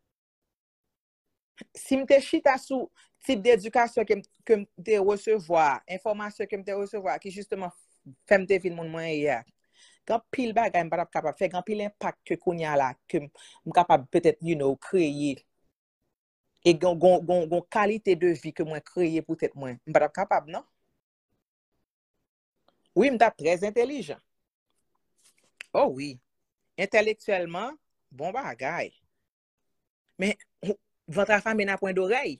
Speaker 1: Si je chita sous type d'éducation que que je recevoir, information que je recevoir qui justement fait me deviner mon moyen hier. Quand pile bagay m pas capable faire, quand pile impact que konya là que m capable peut-être you know créer et gon gon gon qualité de vie que moi créer peut-être moi m pas capable non. Oui, m très intelligent. Oh oui. Intellectuellement, bon bagay. Mais votre femme n'a point d'oreille.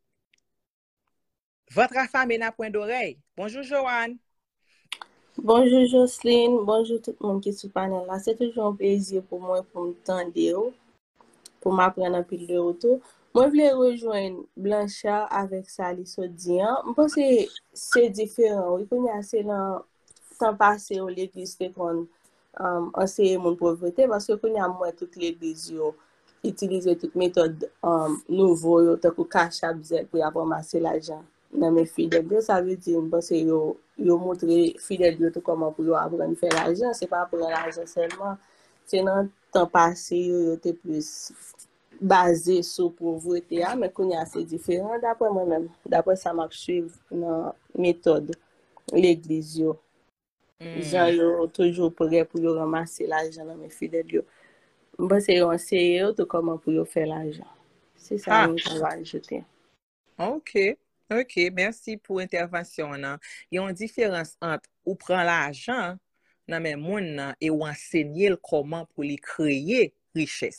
Speaker 1: Votre femme n'a point d'oreille. Bonjour, Joanne.
Speaker 3: Bonjour, Jocelyne. Bonjour, tout le monde qui est sur le panel là. C'est toujours un plaisir pour moi pour me tendre, pour m'apprendre un peu de retour. Moi, je voulais rejoindre Blanchard avec Sally Sodian. Je pense que c'est différent. Oui, c'est dans temps passé au l'église te kon um, enseye mon pauvreté parce que kon y a moi toute l'église yo utiliser toute méthode um, nouveau yo tant que cash app pour y ramasser l'argent dans mes fidèles yo ça veut dire parce que yo yo montrer fidèles yo tout comment pour yo apprendre faire l'argent c'est pas pour l'argent seulement c'est dans temps passé yo yo te plus basé sur pauvreté mais qu'on y a c'est différent d'après moi-même d'après ça m'a suivre dans méthode l'église yo gens yo toujours prêt pour yo ramasser l'argent dans mes fidèles yo bon c'est conseiller tout comment pour yo faire l'argent c'est ça que je vais ajouter.
Speaker 1: OK. OK, merci pour l'intervention. Il y a une différence entre ou prend l'argent dans mes moun et ou enseigner comment pour les créer richesse.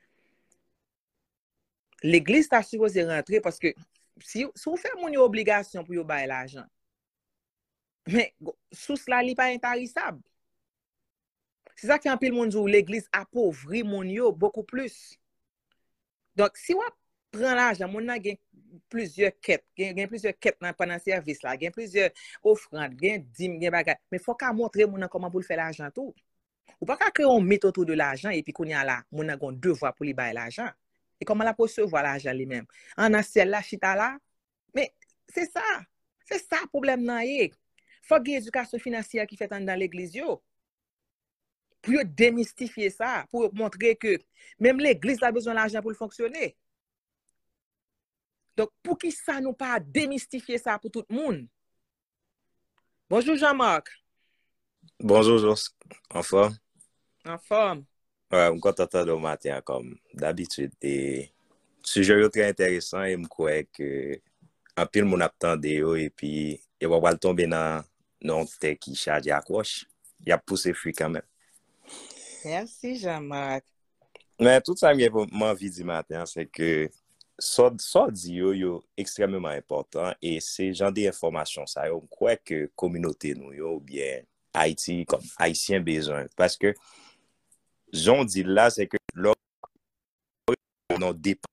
Speaker 1: L'église t'a supposé rentrer parce que si, si vous faites mon obligation pour vous bailler l'argent, mais sous cela, il n'est pas intarissable. C'est ça qui en pile monde l'église appauvrit mon yo beaucoup plus. Donc, si vous prenez l'argent, mon a plusieurs quêtes, il y a plusieurs quêtes pendant le service là, il y a plusieurs offrandes, il y a dîmes, il y a bagages, mais il faut qu'à montrer mon comment pour faire l'argent tout. Ou pas qu'à créer un mythe autour de l'argent et puis qu'on y a là, mon a gon devoir pour lui bailler l'argent. Et comment la recevoir l'argent lui-même? En a celle là chita là, mais c'est ça. C'est ça le problème nan yé. Faut qu'il y ait éducation financière qui fait dans l'église yo. Pour démystifier ça, pour montrer que même l'église a besoin d'argent pour fonctionner. Donc, pour qui ça nous pas démystifier ça pour tout le monde? Bonjour Jean-Marc.
Speaker 4: Bonjour Jos, en forme?
Speaker 1: En forme.
Speaker 4: Ouais, je suis content de matin comme d'habitude. Et sujet très intéressant et je crois que en pile mon attendait et puis il va pas tomber dans non tête qui charge à accroche. Il a poussé fruit quand même.
Speaker 1: Merci Jean-Marc.
Speaker 4: Mais tout ça que moi envie du matin c'est que ça ça dit yo, yo extrêmement important et c'est genre des informations ça je crois que communauté nous yo ou bien Haïti comme haïtien besoin parce que j'en dis là c'est que l'on dépend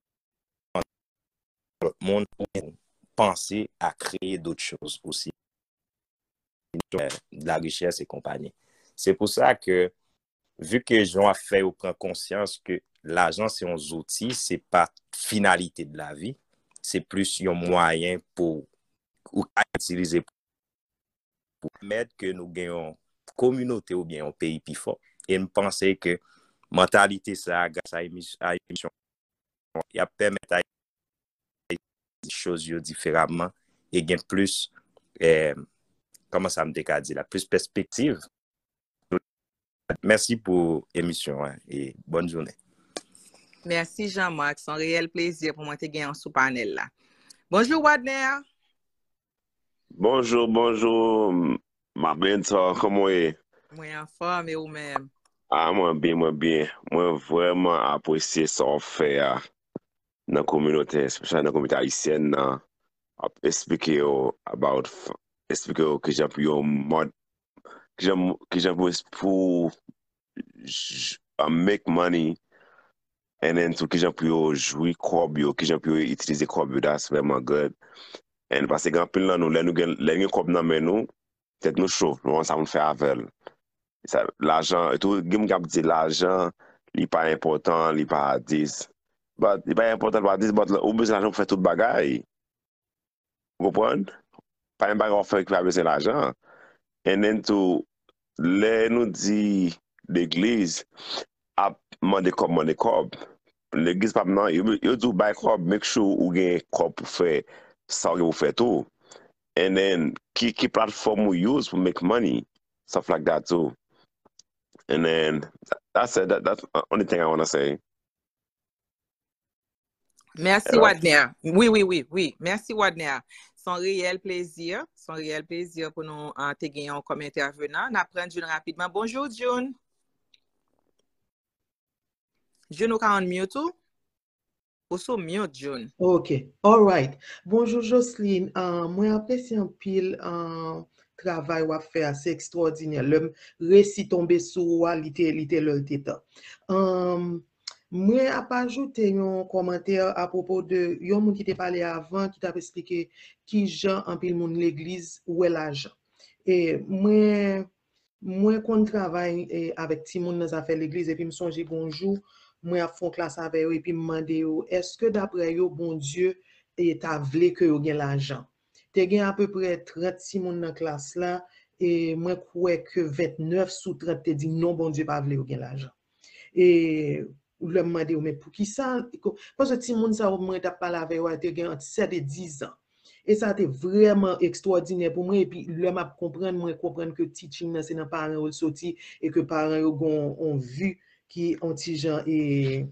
Speaker 4: de monde pour penser à créer d'autres choses aussi de la richesse et compagnie. C'est pour ça que vu que Jean a fait ou prend conscience que l'argent c'est un outil, c'est pas finalité de la vie, c'est plus un moyen pour ou utiliser pour permettre que nous gagnons communauté ou bien un pays plus fort. Et me penser que mentalité ça grâce à émission il a permettre à des choses différemment et gain plus eh, comment ça me décade la plus perspective. Merci pour l'émission hein, et bonne journée.
Speaker 1: Merci Jean-Marc, c'est un réel plaisir pour moi de gagner sous panel là. Bonjour Wadner.
Speaker 5: Bonjour, bonjour, ma belle-sœur, comment est?
Speaker 1: Moi en forme et vous-même.
Speaker 5: Ah, moi bien, moi bien. Moi vraiment apprécié ça on fait dans la communauté, especially dans la communauté haïtienne, expliquer about, expliquer que j'ai pu un mode, que j'ai pour make money, and then tout que j'ai pu jouer cob, que j'ai pu utiliser cob, that's vraiment good. Et parce que quand pile nous, les nous les cob dans nous, peut-être nous chaud, nous ça nous fait avec. L'argent, tout le monde dit l'argent, il n'est pas important, il n'est pas dix. Il n'est pas important, il n'est pas dix, mais au besoin l'argent pour faire tout le bagage. Vous comprenez? Pas un bagage fait qui va besoin l'argent. Et then tout, les nous dit l'église a demandé comme demandé comme. L'église pas maintenant, il dit buy comme, make sure ou gain comme pour faire ça que vous faites tout. And then qui qui plateforme vous use pour make money, stuff like that too. And then that's it. That, that's the only thing I want to say.
Speaker 1: Merci Wadner. Oui, oui, oui, oui. Merci Wadner. C'est un réel plaisir. C'est un réel plaisir pour nous uh, te gagner comme intervenant. On apprend June rapidement. Bonjour June. June, nous avons mute tout? Ou sous mute June?
Speaker 6: Ok, all right. Bonjour Jocelyne. Uh, moi apprécie un pile un uh, travail ou faire c'est extraordinaire. Le récit tombé sur wa littéalité le tétan. Um, moi a pas ajouté un commentaire à propos de yon moun qui t'a parlé avant qui t'a expliqué qui Jean en pile moun l'église où est l'argent. Et moi, moi kon travail eh, avec ti moun dans affaire l'église et puis me songe bonjour, moi a font classe avec eux et puis me demander yo, est-ce que d'après yo bon Dieu et t'a vle que yo gen l'argent. Te gen à peu près trente moun dans classe là et moi crois que vingt-neuf sous trente te dit non bon Dieu pas vle yo gen l'argent. Et ou le demander mais pour qui ça parce que ti moun ça moi t'a parlé avec eux te gen entre sept et dix ans. Et ça a été vraiment extraordinaire pour moi. Et puis, là, m'a comprendre, moi, comprendre que teaching, c'est dans parents ou sorti et que parents ont, ont vu qui ont petit gens et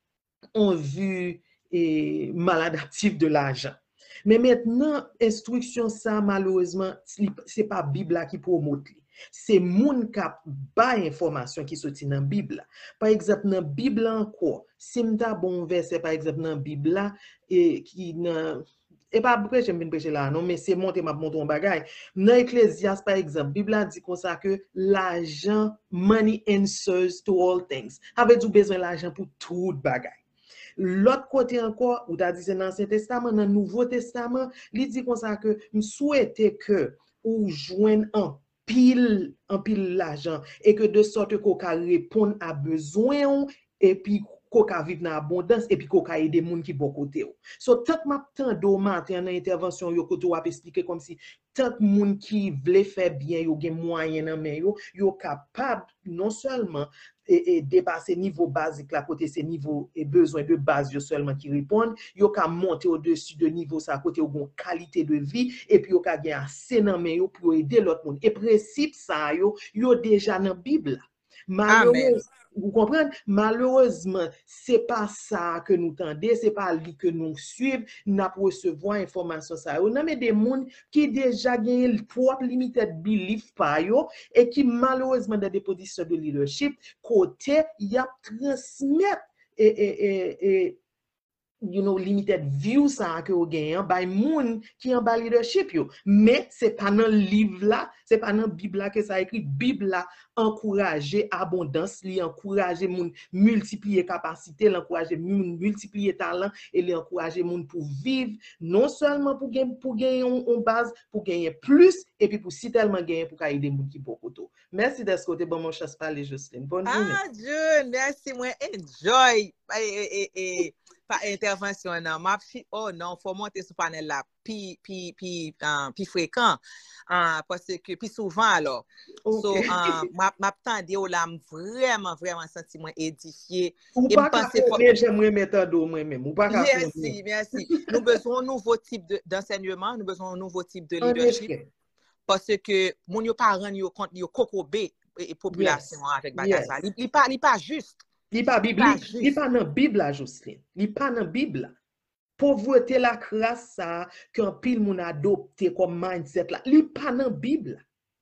Speaker 6: ont vu et maladaptif de l'argent. Mais maintenant, instruction ça, malheureusement, c'est pas Bible là qui promote. C'est moun qui a ba information qui sorti dans Bible. Par exemple, dans Bible encore, si m'ta bon verset, par exemple, dans Bible là, et qui dans et pas pourquoi j'aime bien prêcher là non mais c'est monter m'a monter un bagage dans Ecclésiaste par exemple Bible a dit comme ça que l'argent money answers to all things avait du besoin l'argent pour tout bagage. L'autre côté encore ou t'as dit c'est dans l'Ancien Testament dans le Nouveau Testament il dit comme ça que me souhaiter que ou joindre en pile en pile l'argent et que de sorte qu'on peut répondre à besoin et puis qu'on ka vivre dans abondance et puis qu'on ka aider moun qui bon côté. So tant m'a tant do matin dans intervention yo koto a expliquer comme si tant moun qui veut faire bien yo gen moyen nan men yo yo capable non seulement et, et dépasser niveau basique là côté ces niveaux et besoins de base yo seulement qui répondent yo ka monter au-dessus de niveau ça côté yo gon qualité de vie et puis yo ka gen assez nan men yo pour aider l'autre monde et principe ça yo yo déjà dans Bible. Malheureusement vous comprenez? Malheureusement, c'est pas ça que nous tendez, c'est pas lui que nous suivons, nous recevoir information ça. On a des gens qui déjà gagnent le propre limited belief par yo et qui malheureusement dans des positions de leadership côté y a transmettre et et et, et you know limited view ça que vous gagnez by moun qui en bas leadership yo mais c'est pas dans livre là c'est pas dans Bible là que ça écrit Bible là encourager abondance li encourager moun multiplier capacité l'encourager moun multiplier talent et l'encourager moun pour vivre non seulement pour gagner pour gagner en base pour gagner plus et puis pour si tellement gagner pour aider moun qui beaucoup tout. Merci d'être côté bon mon chasse parler Jocelyne. Bonne journée.
Speaker 1: Ah Dieu, merci moi enjoy et et et pas intervention non m'a oh non faut monter sur panel là puis puis puis uh, puis fréquent uh, parce que puis souvent alors okay. So uh, m'a m'attendais au là vraiment vraiment senti moi édifié
Speaker 6: ou
Speaker 1: et
Speaker 6: pas
Speaker 1: penser
Speaker 6: j'aimerais méthode moi même ou pas
Speaker 1: merci merci nous besoin un nouveau type d'enseignement nous besoin un nouveau type de leadership parce que mon yo pas rendre yo compte yo kokobé et population yes. Avec bagage ça yes. il pas il pas juste.
Speaker 6: Li pas Bible, li pas dans Bible la Jocelyne. Li pas dans Bible. Pauvreté la crasse ça qu'un pile moun adopté comme mindset là. Li pas dans Bible.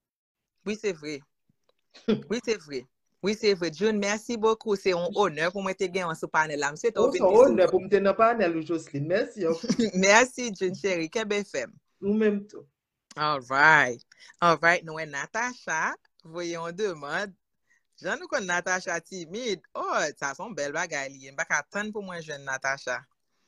Speaker 1: Oui, c'est vrai. Oui, c'est vrai. Oui, c'est vrai. John, merci beaucoup. C'est un honneur pour moi de te gagner sur panel là. C'est
Speaker 6: un honneur pour me tenir dans panel Jocelyne. Merci.
Speaker 1: Merci John chérie. K B F M.
Speaker 6: Nous même tout.
Speaker 1: All right. All right. Nous et Natacha, voyons demande. J'en nous connais Natacha timide. Oh, ça sont belle bagaille. Il n'y a pas attendre pour moi jeune Natacha.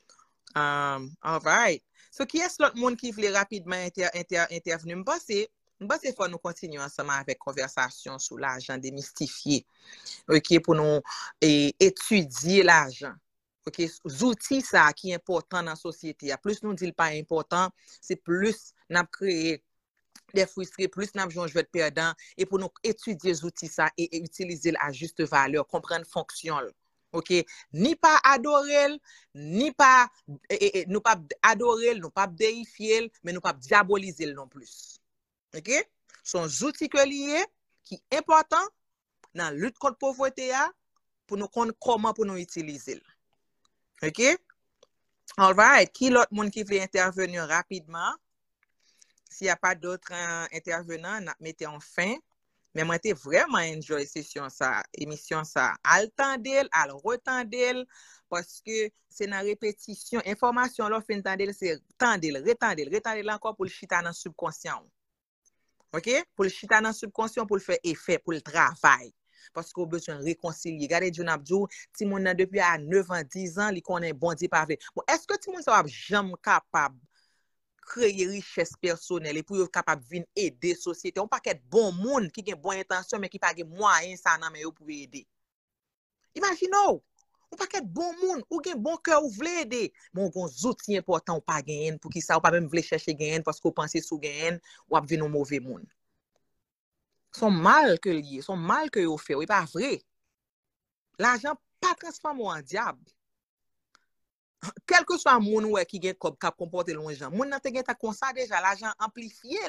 Speaker 1: Um, all right. So, qui est l'autre monde qui voulait rapidement inter, inter, intervenir? Je pense que il faut nous continuer ensemble avec conversation sur l'argent démystifié. OK, pour nous et, étudier l'argent. OK, outils ça qui est important dans la société. Plus nous dit pas important, c'est plus nous créer des frustrés, plus nous avons joué de perdant et pour nous étudier les outils ça et, et utiliser à juste valeur, comprendre fonction. OK, ni pas adorer, ni pas et, et, nous pas adorer, nous pas déifier, mais nous pas diaboliser non plus. OK? Sont outils que liés qui important dans la lutte contre la pauvreté pour nous connaître comment pour nous utiliser. OK? All right, qui l'autre monde qui veut intervenir rapidement? S'il n'y a pas d'autres euh, intervenants, nous mettons en fin. Mais moi, j'ai vraiment enjoyé session ça, émission ça. Al tendel, al retendel, parce que c'est une répétition. Information, là, fin tendel, c'est tendel, retendel, retendel encore pour le chita dans le subconscient. OK? Pour le chita dans le subconscient, pour le faire effet, pour le travail. Parce qu'on a besoin de réconcilier. Regardez, John Abdou, si mon a depuis à neuf ans, dix ans, il connaît bon Dieu pas vrai. Bon, est-ce que tout le monde soit jamais capable créer richesse personnelle et pour capable venir aider société. On pas qu'être bon monde qui a bonne intention mais qui pas moyen ça nan mais pour aider. Imaginez, on pas qu'être bon monde ou gen bon cœur ou vle aider. Mon gon outils important ou pas gagner pour qui ça ou pas même vle chercher gagner parce qu'on pense sous gagner ou ap vinn un mauvais monde. Son mal que lié, son mal que yo fait, oui pas vrai. L'argent pas transforme en diable. Quel que soit moun ouais qui gen comme cap comporter loin gens, moun nan te gen ta comme ça déjà l'argent amplifié.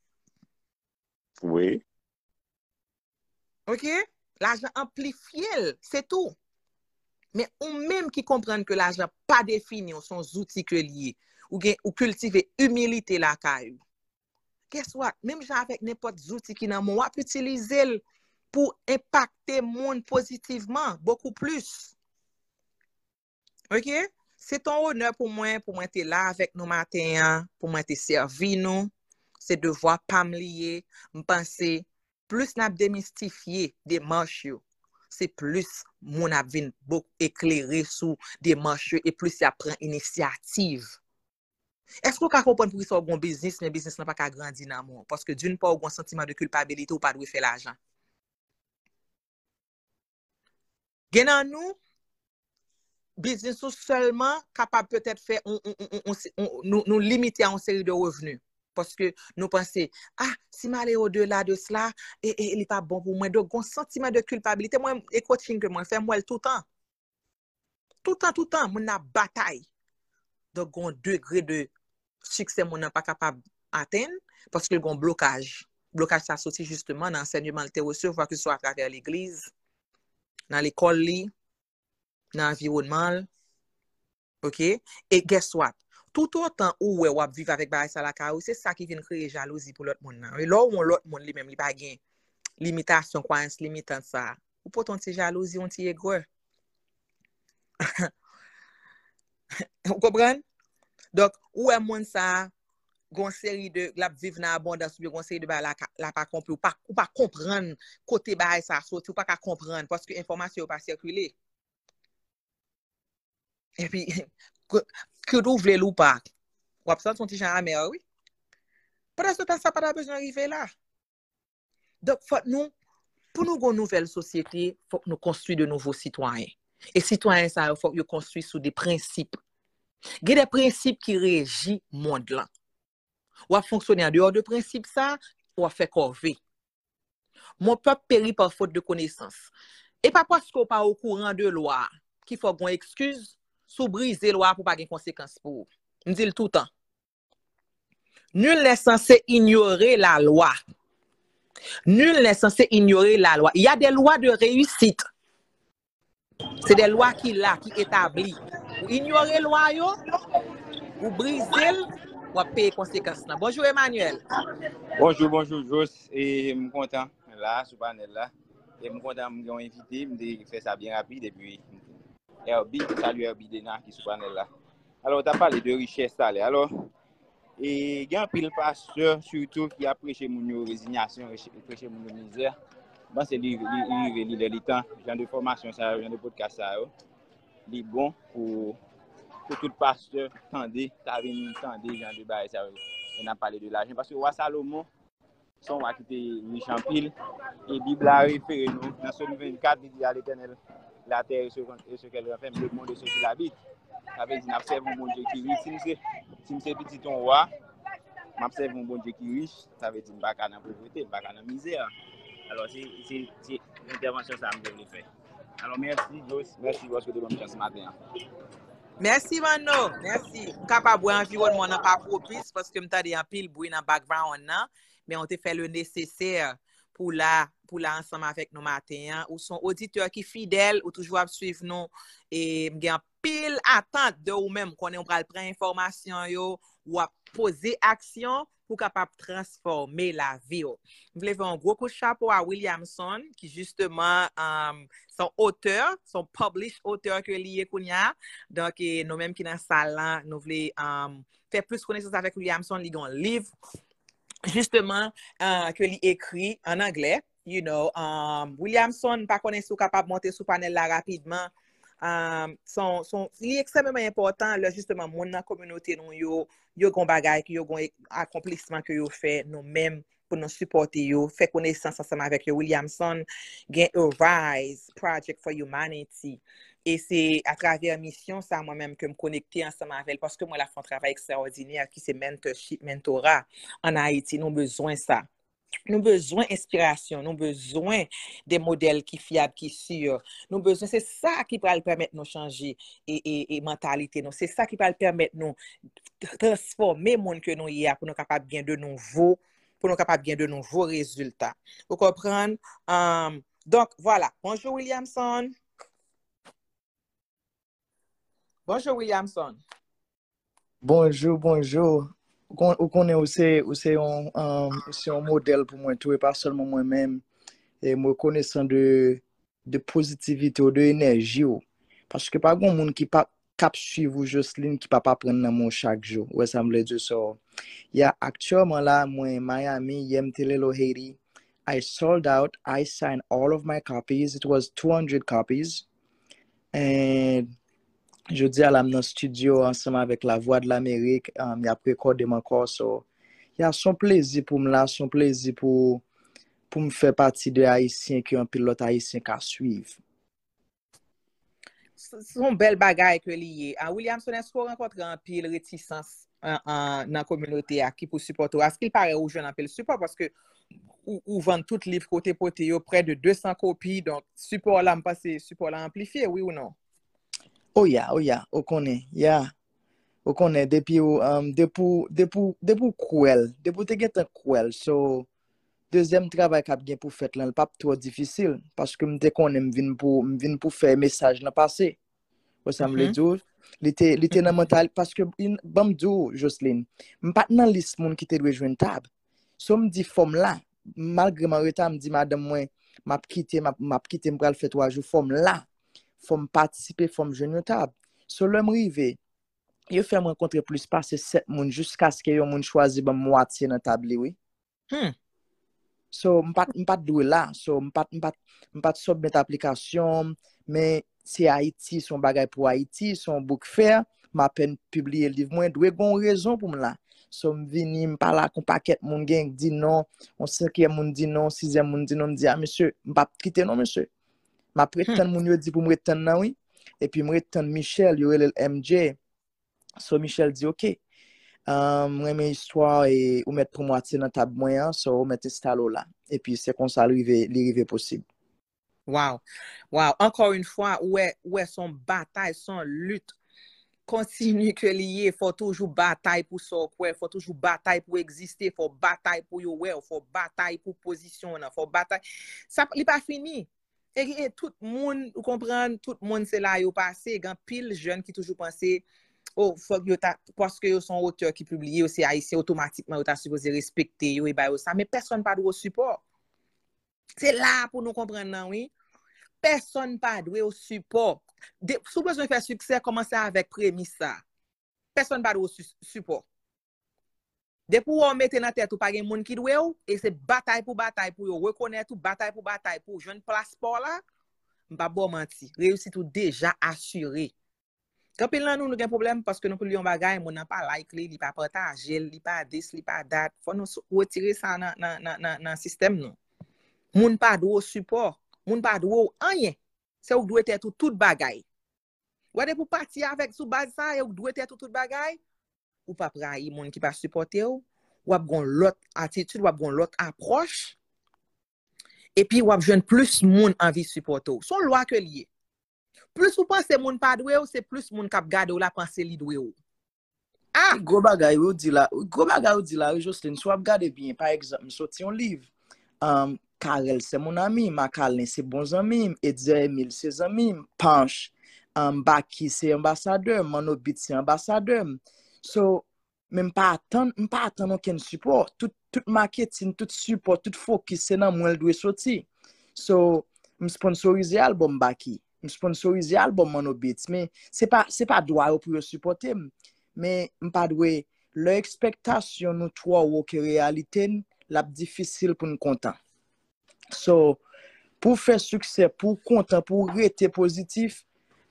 Speaker 5: Oui.
Speaker 1: OK? L'argent amplifié, c'est tout. Mais on même qui comprennent que l'argent pas défini son outils que lié ou gen ou cultiver humilité la caillou. Guess what? Même gens avec n'importe outils qui nan mon wap utiliser pour impacter monde positivement beaucoup plus. OK? C'est un honneur pour moi, pour moi être là avec nous matin, pour moi te servir nous. C'est devoir pas me lier, me penser plus n'a démystifier des marches, c'est plus mon a vinn beaucoup éclairé sous des marches et plus y a prend initiative. Est-ce qu'on peut comprendre pour ça un business mais business n'a pas qu'à grandir dans monde parce que d'une part on a un sentiment de culpabilité ou pas doit faire l'argent. Genan nous business seulement capable peut-être faire on, on, on, on, on, nous, nous limiter à une série de revenus parce que nous pensons ah si m'aller au-delà de cela et, et il est pas bon pour moi donc un sentiment de culpabilité moi et coaching que moi fait moi tout le temps tout le temps tout le temps mon a bataille donc un degré de succès mon n'a pas capable atteindre parce que un blocage blocage ça sorti justement dans l'enseignement le recevoir que ce soit à travers l'église dans l'école li dans l'environnement, OK? Et guess what? Tout autant où ou vivre avec baï ça la ka, c'est ça qui vient créer jalousie pour l'autre monde. Et là où l'autre monde lui même li pas gain limitation croyance limitante ça. Ou pour ton petit jalousie on ti ego. Vous comprenez? Donc où est monde ça gon série de la vivre dans abondance ou gon série de ba la la pas comprendre ou pas ou pas comprendre côté baï ça sorti ou pas ka comprendre parce que information pas circuler. Et puis, que vous voulez ou pas, ou absent son petit genre à mer, oui. Pendant ce temps, ça n'a pas besoin d'arriver là. Donc, faut nous, pour nous, une nouvelle société, il faut que nous construisons de nouveaux citoyens. Et citoyens, ça, il faut que nous construisons sous des principes. Il y a des principes qui régissent le monde là. Ou à fonctionner en dehors de principes, ça, ou à faire corvée. Mon peuple périt par faute de connaissance. Et pas parce qu'on n'est pas au courant de loi, qu'il faut qu'on excuse. Sous briser loi pour pas de conséquences pour. On dit tout le temps. Nul n'est censé ignorer la loi. Nul n'est censé ignorer la loi. Il y a des lois de réussite. C'est des lois qui là, qui établissent. Vous ignorez la loi, yo, vous brisez, vous payez conséquences. Bonjour Emmanuel.
Speaker 2: Bonjour, bonjour Jos. Et je suis content là, sur le panel là. Et je suis content de m'avoir invité, de faire ça bien rapide et puis Herbie, salut Herbie Dena qui se panel là. Alors, tu as parlé de richesse là. Alors, et il y a un pile pasteur surtout qui a prêché mon résignation, prêché mon misère. Bon, c'est lui, lui, lui, le temps, genre de formation, ça, genre de podcast ça, il est bon pour pour tout pasteur tendez, ça vient tendez, genre de bail ça. On a parlé de l'argent parce que roi Salomon, son roi qui était riche en pile, et Bible a référé nous dans Somme vingt-quatre, il dit à l'Éternel. La terre et ce qu'elle renferme, le monde et ceux qui l'habitent. Ça veut dire n'observe un bon Dieu qui est riche. Si je suis petit ton roi, m'observe un bon Dieu qui est riche, ça veut dire pas dans pauvreté, pas dans misère. Alors c'est l'intervention ça me le faire. Alors merci Joss, merci parce que tu m'as ce matin.
Speaker 1: Merci Mano, merci. Capable environnement n'a pas propice parce que m'ta dit en pile bruit dans background là, mais on te fait le nécessaire pour là pour là ensemble avec nous matin ou son auditeur qui fidèle ou toujours à suivre nous et m'gen pile attente de ou même qu'on on pral prendre information yo ou à poser action pour capable transformer la vie. Je voulais faire un gros coup de chapeau à Williamson qui justement um, son auteur, son published auteur que lié kounya. Donc nous même qui dans salle là, nous voulons um, faire plus connaissance avec Williamson, li gon livre justement uh, que li écrit en anglais. You know, um, Williamson, pas connaître sou capable monter sous panel là rapidement. um, son, son, li ekstremement important, là, justement, moun nan communauté nou yo, yo gon bagay, yo gon accomplissement que yo fait nous même pour nous supporter yo, fait connaissance ensemble avec yo. Williamson gen Arise Project for Humanity. Et c'est à travers mission ça moi-même que me connecter ensemble avec elle parce que moi la font un travail extraordinaire qui c'est mentorship, mentorat en Haïti, nous besoin ça. Nous besoin d'inspiration, nous besoin des modèles qui fiables, qui sûrs. Nous besoin, c'est ça qui va permettre nous changer et, et, et mentalité. Nous. C'est ça qui va permettre nous transformer le monde que nous y a pour nous capables bien de nouveaux, pour nous capables bien de nouveaux résultats. Vous comprenez? Um, donc, voilà. Bonjour, Williamson. Bonjour, Williamson.
Speaker 7: Bonjour, bonjour. Ou connaît aussi, aussi un, un, un modèle pour moi, tout, et pas seulement moi-même, et moi connaissant de, de positivité ou de énergie. Parce que pas grand monde qui pas cap suivre Jocelyne qui pas pas prendre dans mon chaque jour. Ouais, ça me le dit ça. Il y a actuellement là, moi, Miami, Yemtelelo, Haiti. I sold out. I signed all of my copies. It was two hundred copies. And je dis à la dans studio ensemble avec la Voix de l'Amérique, um, il a précordé mon corps. So, il y a son plaisir pour me là, son plaisir pour pour me faire partie de Haïtiens qui ont un pilote haïtien qu'à suivre.
Speaker 1: Son bel bagay que lié. À Williamson, est-ce qu'on rencontre un pile réticence dans la communauté qui pour supporter? Est-ce qu'il paraît aux jeunes un peu le support parce que ou, ou vendent tout livre côté poté près de deux cents copies, donc support là, me passe support là amplifié, oui ou non?
Speaker 7: Oh yeah, oh yeah, on connaît, yeah. On connaît depuis um, depuis depuis depuis cruel, depuis te get cruel. So deuxième travail qu'a bien pour faire là, pas trop difficile parce que m'te connais m'vinn pour m'vinn pour faire message dans passé. Ça me le dit, l'été l'été dans mental parce que bam dou Jocelyne, m'pas dans liste moun qui te doit joindre table. So me dit forme là, malgré mon retard me dit madame moi m'a quitté m'a m'a quitté m'pral faire trois jours forme là. Faut me participer, faut me joindre table. So l'homme rivé, il fait me rencontrer plus passer sept moun jusqu'à ce que yon moun choisi ban moitié dans table oui.
Speaker 1: Hmm.
Speaker 7: So m'pas m'pas doué là, so m'pas m'pas m'pas submettre application, mais c'est Haïti, son bagay pour Haïti, son book fair, m'a peine publier le livre moi doué gon raison pour me là. So m'vini m'pas là kon paquet moun gen dit non, on cinquième moun dit non, sixième moun dit non, me dit ah monsieur, m'pas quitter non monsieur. Ma prétend moun yo dit pour me retenir nan oui et puis me retenir Michel yo le M J. So Michel dit OK. Euh moi mes histoire et ou mettre pour moitié dans table moyen so ou mettre stalo là et puis c'est comme ça arriver l'arriver possible.
Speaker 1: Wow. Wow, encore une fois ouais ouais son bataille, son lutte continue que lié, faut toujours bataille pour ça quoi, faut toujours bataille pour exister, faut bataille pour yo ouais, faut bataille pour position, faut bataille. Ça il pas fini. Et, et tout le monde, vous comprenez, tout le monde c'est là, il passé, il y a pile jeunes qui toujours pensé, oh, faut que ta, parce que son auteur qui publie aussi haïtien automatiquement, vous supposé respecter, et bah, ça, mais personne pas de support. C'est là pour nous comprendre, non, oui. Personne pas de support. Si vous besoin de faire succès, commencez avec prémisse ça. Personne pas de support. Depuis on mette dans tête ou pas gen moun qui doué ou et c'est bataille pour bataille pour yo reconnaître ou bataille pour bataille pour jeune place pour là m'pa bon menti réussite ou déjà assuré quand pile nan nous nous gen problème parce que nous publions bagay moun nan pas like li pas partager li pas dis li pas date faut nous retirer ça dans dans dans dans système nous moun pas do support moun pas do rien c'est ou doit être tout bagay ou de pour partir avec sous base ça ou doit être tout bagay ou pas prayi moun qui pas supporter ou ou ap gon l'autre attitude ou ap gon l'autre approche et puis ou ap joindre plus moun envie supporter son loi que lié plus ou pense moun pas doué ou c'est plus moun k'ap gade ou la penser li doué ou
Speaker 7: ah gros bagay ou dit là gros bagay ou dit là Jocelyne soit regarder bien par exemple sorti un livre um Karel c'est mon ami Makalin c'est bon ami Edzer Emile c'est ami Panche um Baki c'est ambassadeur Manobit c'est ambassadeur. So, même pas attendre, même pas attendre aucun support. Tout, tout marketing, tout support, tout focus, c'est dans moi, elle doit sortir. So, je sponsorise l'album Baki. Je sponsorise l'album Monobits. Mais c'est pas, c'est pas droit pour supporter. Mais, je pas doué. L'expectation, nous trois, ou que réalité, la difficile pour nous content. So, pour faire succès, pour content, pour rester positif,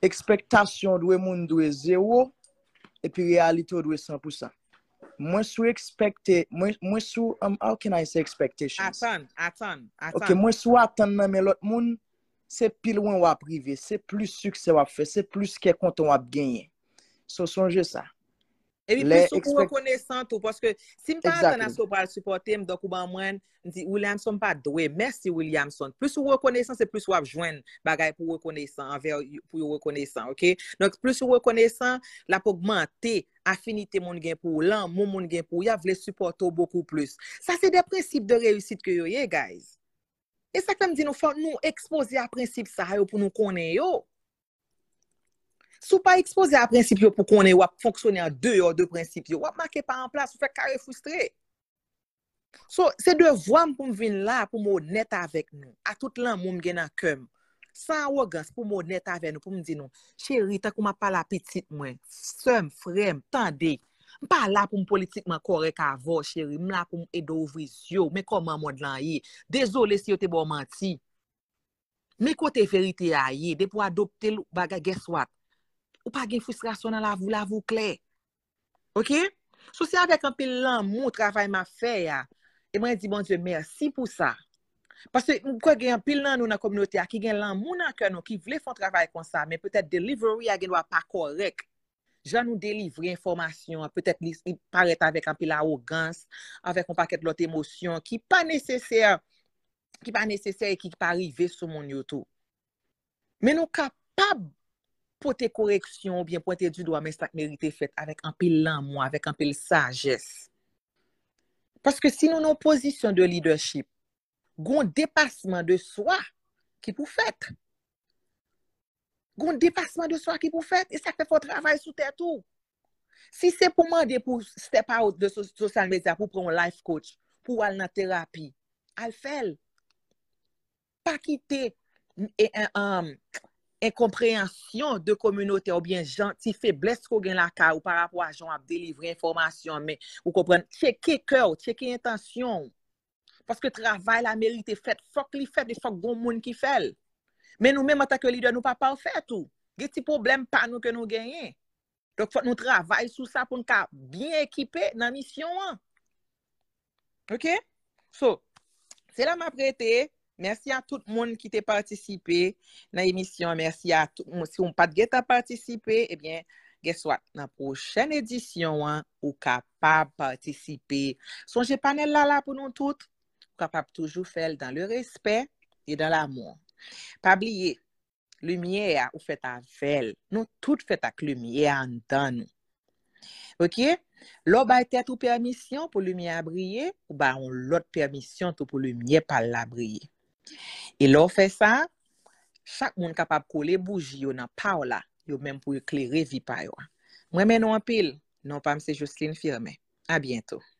Speaker 7: expectation dwe moun dwe zéro, et puis réalité dwe cent pour cent. Moi sou expecte, moi moi sou um, how can I say expectations?
Speaker 1: Attends, attends, attends.
Speaker 7: OK, moi sou attend nan men l'autre moun, c'est pile loin wap privé, c'est plus succès wap fait, c'est plus que content wap gagner. So songe ça.
Speaker 1: Et puis
Speaker 7: Les
Speaker 1: plus pour
Speaker 7: expect-
Speaker 1: reconnaissant tout parce que si me pas
Speaker 7: Exactly.
Speaker 1: attendre à pour le supporter me donc ou ban moi dit Williamson pas doué. Merci Williamson. Plus ou reconnaissant c'est plus ou joindre bagay pour reconnaissant envers pour reconnaissant, OK? Donc plus ou reconnaissant la pour augmenter affinité mon gain pour l'an, mon mon gain pour y a vle supporter beaucoup plus. Ça c'est des principes de réussite que yo ye guys. Et ça comme dit nous faut nous exposer à principe ça yo pour nous connaître yo. Sou pas exposé à principe yo pour qu'on ait fonctionner en dehors de principe yo, wap marqué pas en place, ou fait carré frustré. So, c'est devoir pour me venir là pour m'honnête avec nous. À tout l'an moun gen nan cœur. Sans arrogance pour m'honnête avec nous pour me dire non, chérie, tant qu'on m'a pas la petite moi, sœur, frère, tendez. Pas là pour me politiquement correct avant, chérie, là pour m'aider ouvrir yeux, mais comment monde lan yi. Désolé si yo te bon menti. Mais côté vérité a yi, de pour adopter bagay guess what? Ou pas gen frustration dans la vous la vous clair. OK? So c'est avec un pile l'amour travail m'a fait ya. Et moi dit bon Dieu merci pour ça. Parce que quoi gen pile nan nous dans communauté qui gen l'amour dans cœur nous qui veulent faire travail comme ça mais peut-être delivery a gen pas correct. Jean nous délivrer information, peut-être il paraît avec un pile arrogance, avec un paquet d'autres émotions qui pas nécessaire qui pas nécessaire et qui pas arriver sur mon YouTube. Mais nous capable porter correction ou bien pointer du doigt mais ça mérite fait avec un pile l'amour, avec un pile sagesse. Parce que si nous nous position de leadership, gon dépassement de soi qui pour fait. Gon dépassement de soi qui pour fait et ça fait faut travail sous terre tout. Si c'est pour demander pour step out de social media pour prendre un life coach, pour aller en thérapie, al fait. Pas quitter et un incompréhension de communauté ou bien gentil faiblesse qu'on gagne la ka ou par rapport à gens à délivrer information mais vous comprenez checker cœur checker intention parce que travail la mérite fait faut qu'il fait des faut gon monde qui fait mais nous même en tant que leader nous pas parfait tout des petits problèmes pas nous que nous gagner donc faut nous travailler sur ça pour nous bien équiper dans mission. OK? So c'est là m'a prêté. Merci à tout le monde qui t'a participé dans l'émission. Merci à tout le monde. Si on pas de participé, eh bien, guess what? Dans la prochaine édition, hein, ou capable de participer. Songez panel là, là pour nous toutes. Capable toujours faire dans le respect et dans l'amour. Pas oublier, lumière, ou fait avec. Nous toutes fait avec lumière en dedans nous. OK? L'on ba tête ou permission pour lumière briller, ou ba on l'autre permission pour lumière pas la briller. Et l'on fait ça, chaque monde capable coller bougie yo nan pa là, yo même pour éclairer vie pa yo. Moi men non en pile, non pas c'est Jocelyne Firmin. À bientôt.